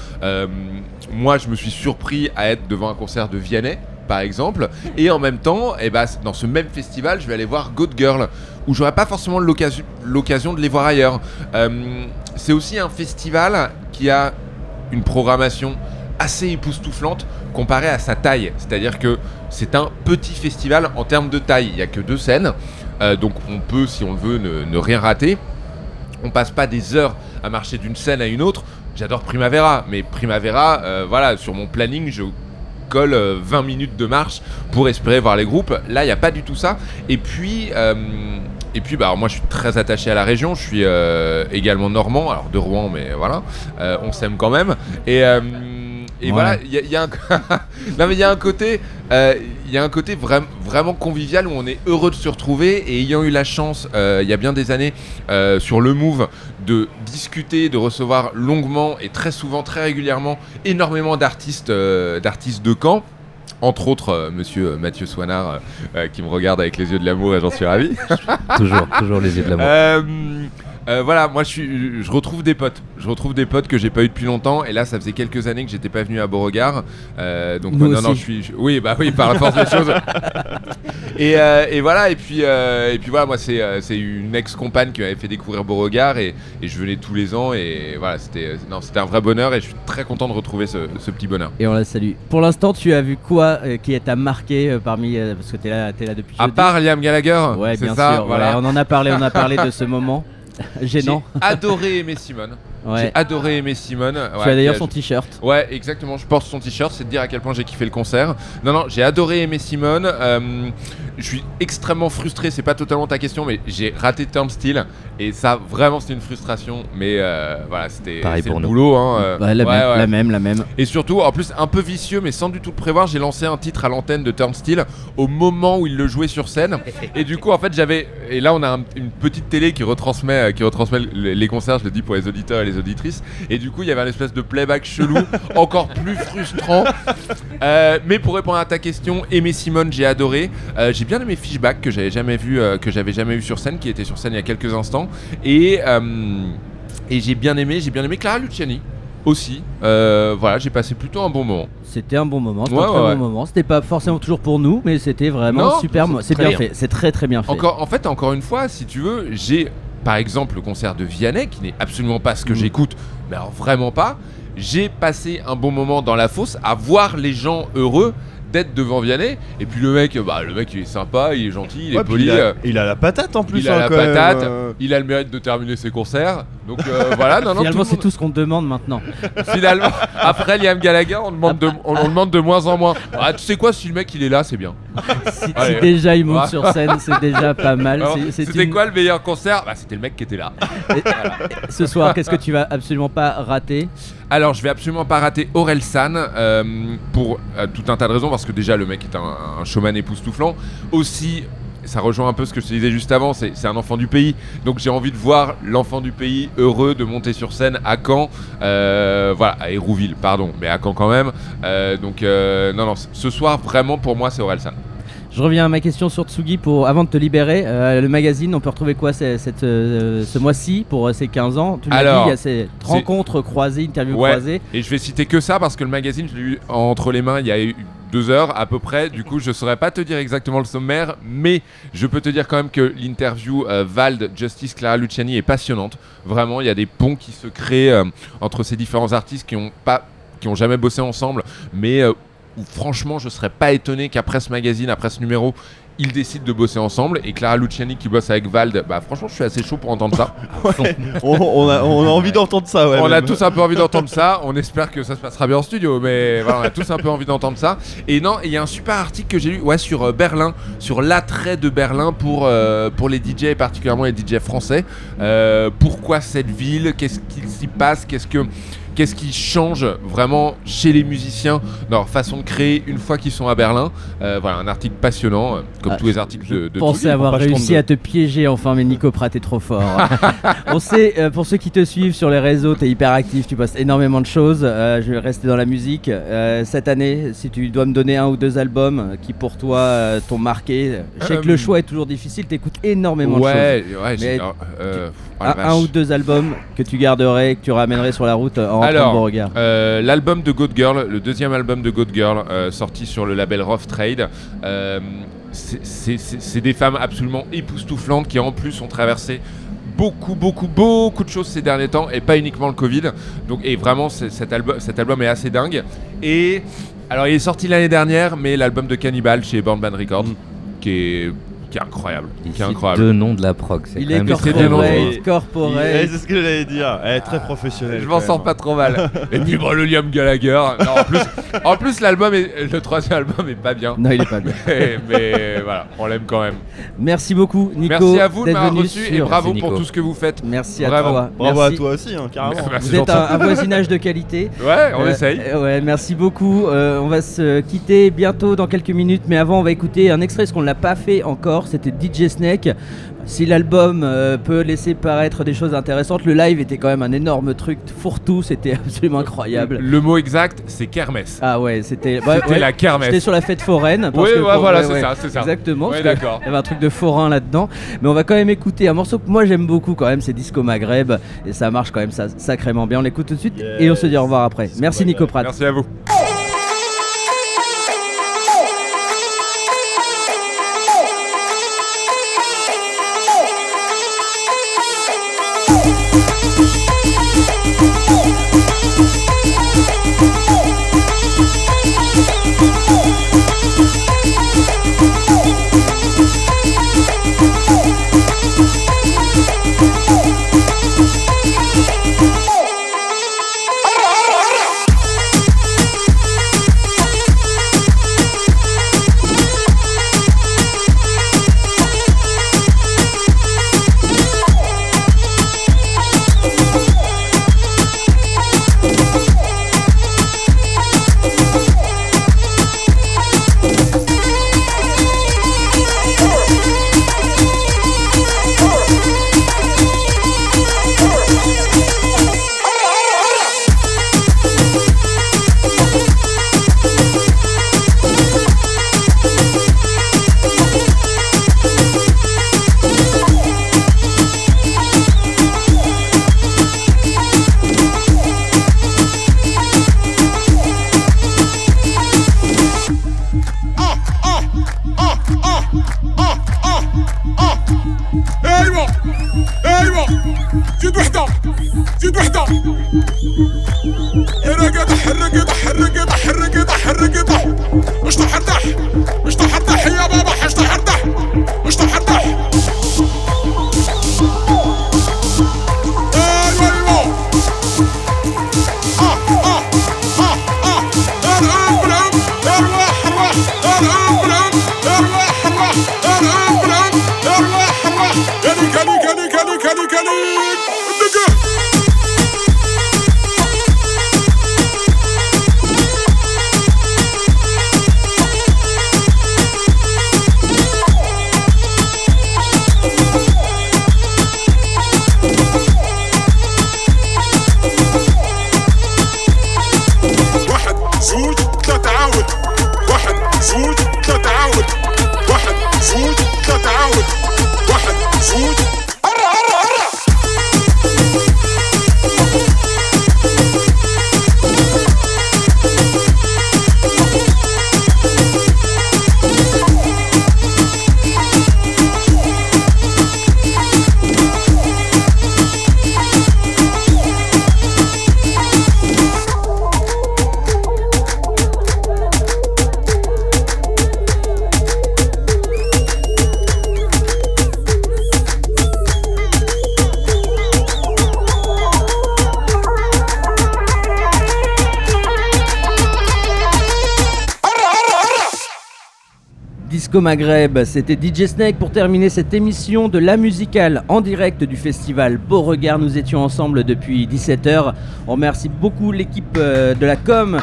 Moi, je me suis surpris à être devant un concert de Vianney, par exemple, et en même temps, dans ce même festival, je vais aller voir Goat Girl, où j'aurais pas forcément l'occasion de les voir ailleurs. C'est aussi un festival qui a une programmation assez époustouflante comparée à sa taille. C'est-à-dire que c'est un petit festival en termes de taille. Il n'y a que 2 scènes, donc on peut, si on le veut, ne rien rater. On passe pas des heures à marcher d'une scène à une autre. J'adore Primavera, mais Primavera, sur mon planning, je colle 20 minutes de marche pour espérer voir les groupes. Là, il n'y a pas du tout ça. Et puis, moi, je suis très attaché à la région. Je suis également normand, alors de Rouen, mais voilà, on s'aime quand même. Et voilà, il y a un côté, vraiment convivial où on est heureux de se retrouver. Et ayant eu la chance, il y a bien des années, sur le Move, de discuter, de recevoir longuement et très souvent, très régulièrement, énormément d'artistes de Caen. Entre autres, monsieur Mathieu Soinard, qui me regarde avec les yeux de l'amour et j'en suis ravi. toujours les yeux de l'amour. Moi je retrouve des potes. Je retrouve des potes que j'ai pas eu depuis longtemps. Et là, ça faisait quelques années que j'étais pas venu à Beauregard. Donc maintenant, oui, par la force des choses. Et voilà. Et puis voilà, moi c'est une ex-compagne qui m'avait fait découvrir Beauregard et je venais tous les ans. Et voilà, c'était un vrai bonheur et je suis très content de retrouver ce petit bonheur. Et on la salue. Pour l'instant, tu as vu quoi qui t'a marqué parmi parce que t'es là depuis. À part Liam Gallagher. Ouais, c'est bien ça, sûr. Voilà. Ouais, on en a parlé de ce moment. Gênant. J'ai adoré aimer Simone. Ouais. J'ai adoré aimer Simone. Tu as d'ailleurs son t-shirt. Ouais, exactement. Je porte son t-shirt. C'est de dire à quel point j'ai kiffé le concert. Non, j'ai adoré aimer Simone. Je suis extrêmement frustré. C'est pas totalement ta question, mais j'ai raté Turnstile. Et ça, vraiment, c'était une frustration. Mais voilà, c'était le boulot. Hein. La même. Et surtout, en plus, un peu vicieux, mais sans du tout le prévoir, j'ai lancé un titre à l'antenne de Turnstile au moment où il le jouait sur scène. Et du coup, en fait, et là, on a une petite télé qui retransmet les concerts. Je le dis pour les auditeurs et les les auditrices. Et du coup, il y avait un espèce de playback chelou, encore plus frustrant. Mais pour répondre à ta question, Aimé Simone, j'ai adoré. J'ai bien aimé Fishback, que j'avais jamais vu sur scène, qui était sur scène il y a quelques instants. Et j'ai bien aimé Clara Luciani. Aussi, voilà, j'ai passé plutôt un bon moment. C'était un bon moment, c'était un très bon moment. C'était pas forcément toujours pour nous, mais c'était vraiment super. C'est bien fait, c'est très très bien fait. Encore une fois, si tu veux, j'ai par exemple le concert de Vianney, qui n'est absolument pas ce que j'écoute, mais alors vraiment pas. J'ai passé un bon moment dans la fosse à voir les gens heureux d'être devant Vianney, et puis le mec il est sympa, il est gentil, il est poli. Il a la patate en plus. Il a la patate, il a le mérite de terminer ses concerts. Donc voilà, Finalement, c'est tout ce qu'on te demande maintenant. Finalement, après Liam Gallagher, on demande de moins en moins. Ah, tu sais quoi, si le mec il est là, c'est bien. Si déjà il monte sur scène, c'est déjà pas mal. Alors, c'était quoi le meilleur concert ? C'était le mec qui était là. Ce soir, qu'est-ce que tu vas absolument pas rater ? Alors, je vais absolument pas rater Orelsan pour tout un tas de raisons, parce que déjà le mec est un showman époustouflant. Aussi, ça rejoint un peu ce que je te disais juste avant, c'est un enfant du pays, donc j'ai envie de voir l'enfant du pays heureux de monter sur scène à Caen, voilà, à Hérouville, pardon, mais à Caen quand même. Donc non, ce soir vraiment pour moi c'est Orelsan. Je reviens à ma question sur Tsugi avant de te libérer. Le magazine, on peut retrouver quoi ce mois-ci pour ses 15 ans ? Tu l'as dit, il y a ces rencontres croisées, interviews croisées. Et je vais citer que ça parce que le magazine, je l'ai eu entre les mains il y a eu 2 heures à peu près. Du coup, je saurais pas te dire exactement le sommaire, mais je peux te dire quand même que l'interview Vald, Justice, Clara Luciani est passionnante. Vraiment, il y a des ponts qui se créent entre ces différents artistes qui ont jamais bossé ensemble, mais où franchement je serais pas étonné qu'après ce magazine, après ce numéro, ils décident de bosser ensemble. Et Clara Luciani qui bosse avec Vald, franchement je suis assez chaud pour entendre ça. on a envie d'entendre ça. On a tous un peu envie d'entendre ça. On espère que ça se passera bien en studio, mais voilà, on a tous un peu envie d'entendre ça. Et non, il y a un super article que j'ai lu sur Berlin, sur l'attrait de Berlin pour les DJ et particulièrement les DJ français. Pourquoi cette ville ? Qu'est-ce qu'il s'y passe ? Qu'est-ce qui change vraiment chez les musiciens dans leur façon de créer une fois qu'ils sont à Berlin ? Voilà, un article passionnant, comme tous les articles de Je pensais avoir réussi à te piéger enfin, mais Nico Pratt est trop fort. On sait, pour ceux qui te suivent sur les réseaux, tu es hyper actif, tu postes énormément de choses. Je vais rester dans la musique. Cette année, si tu dois me donner 1 ou 2 albums qui pour toi t'ont marqué, je sais que le choix est toujours difficile, tu écoutes énormément de choses. Ouais, un ou 2 albums que tu garderais, que tu ramènerais sur la route en rentrant de Beauregard. L'album de Goat Girl, le 2e album de Goat Girl, sorti sur le label Rough Trade. C'est des femmes absolument époustouflantes qui en plus ont traversé beaucoup de choses ces derniers temps, et pas uniquement le Covid. Donc, et vraiment cet album est assez dingue. Et alors il est sorti l'année dernière, mais l'album de Cannibal chez Born Band Records qui est incroyable. Deux noms de la prog. Il est corporate. C'est ce que j'allais dire. Elle est très professionnelle. Je m'en sors pas trop mal. Et puis le Liam Gallagher. Non, en plus l'album le 3e album est pas bien. Non, il est pas bien. mais voilà, on l'aime quand même. Merci beaucoup, Nico. Merci à vous de m'avoir reçu et bravo pour tout ce que vous faites. Merci à toi. Bravo à toi aussi, carrément. Vous êtes un voisinage de qualité. Ouais, on essaye. Merci beaucoup. On va se quitter bientôt dans quelques minutes, mais avant on va écouter un extrait parce qu'on l'a pas fait encore. C'était DJ Snake. Si l'album peut laisser paraître des choses intéressantes, le live était quand même un énorme truc fourre-tout, c'était absolument incroyable. Le mot exact, c'est kermesse. Ah ouais, c'était la kermesse. C'était sur la fête foraine. Voilà, c'est ça. Exactement. Ouais, d'accord. Il y avait un truc de forain là-dedans. Mais on va quand même écouter un morceau que moi j'aime beaucoup quand même, c'est Disco Maghreb. Et ça marche quand même sacrément bien. On l'écoute tout de suite et on se dit au revoir après. Merci Nico Pratt. Merci à vous. الرقي طح الرقي طح مش طح طح مش طح طح يا بابا مش طح طح مش طح طح Disco Maghreb, c'était DJ Snake pour terminer cette émission de La Musicale en direct du festival Beauregard. Nous étions ensemble depuis 17h. On remercie beaucoup l'équipe de la com,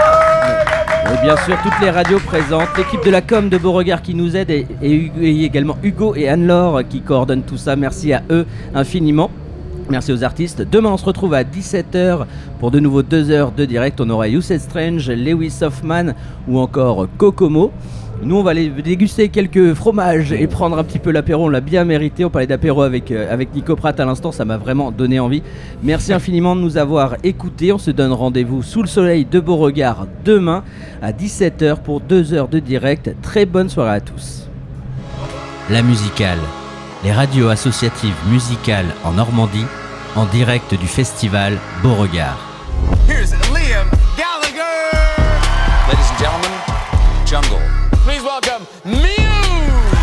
et bien sûr toutes les radios présentes, l'équipe de la com de Beauregard qui nous aide et également Hugo et Anne-Laure qui coordonnent tout ça. Merci à eux infiniment. Merci aux artistes. Demain, on se retrouve à 17h pour de nouveau 2 heures de direct. On aura You Said Strange, Lewis Hoffman ou encore Kokomo. Nous, on va aller déguster quelques fromages et prendre un petit peu l'apéro. On l'a bien mérité. On parlait d'apéro avec Nico Pratt à l'instant. Ça m'a vraiment donné envie. Merci infiniment de nous avoir écoutés. On se donne rendez-vous sous le soleil de Beauregard demain à 17h pour 2 heures de direct. Très bonne soirée à tous. La Musicale, les radios associatives musicales en Normandie, en direct du festival Beauregard. Here's Liam Gallagher. Ladies and gentlemen, Jungle. Please welcome Muse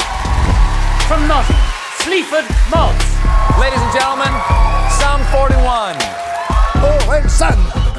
From Nottingham, Sleaford Mods. Ladies and gentlemen, Psalm 41. Oh, and son.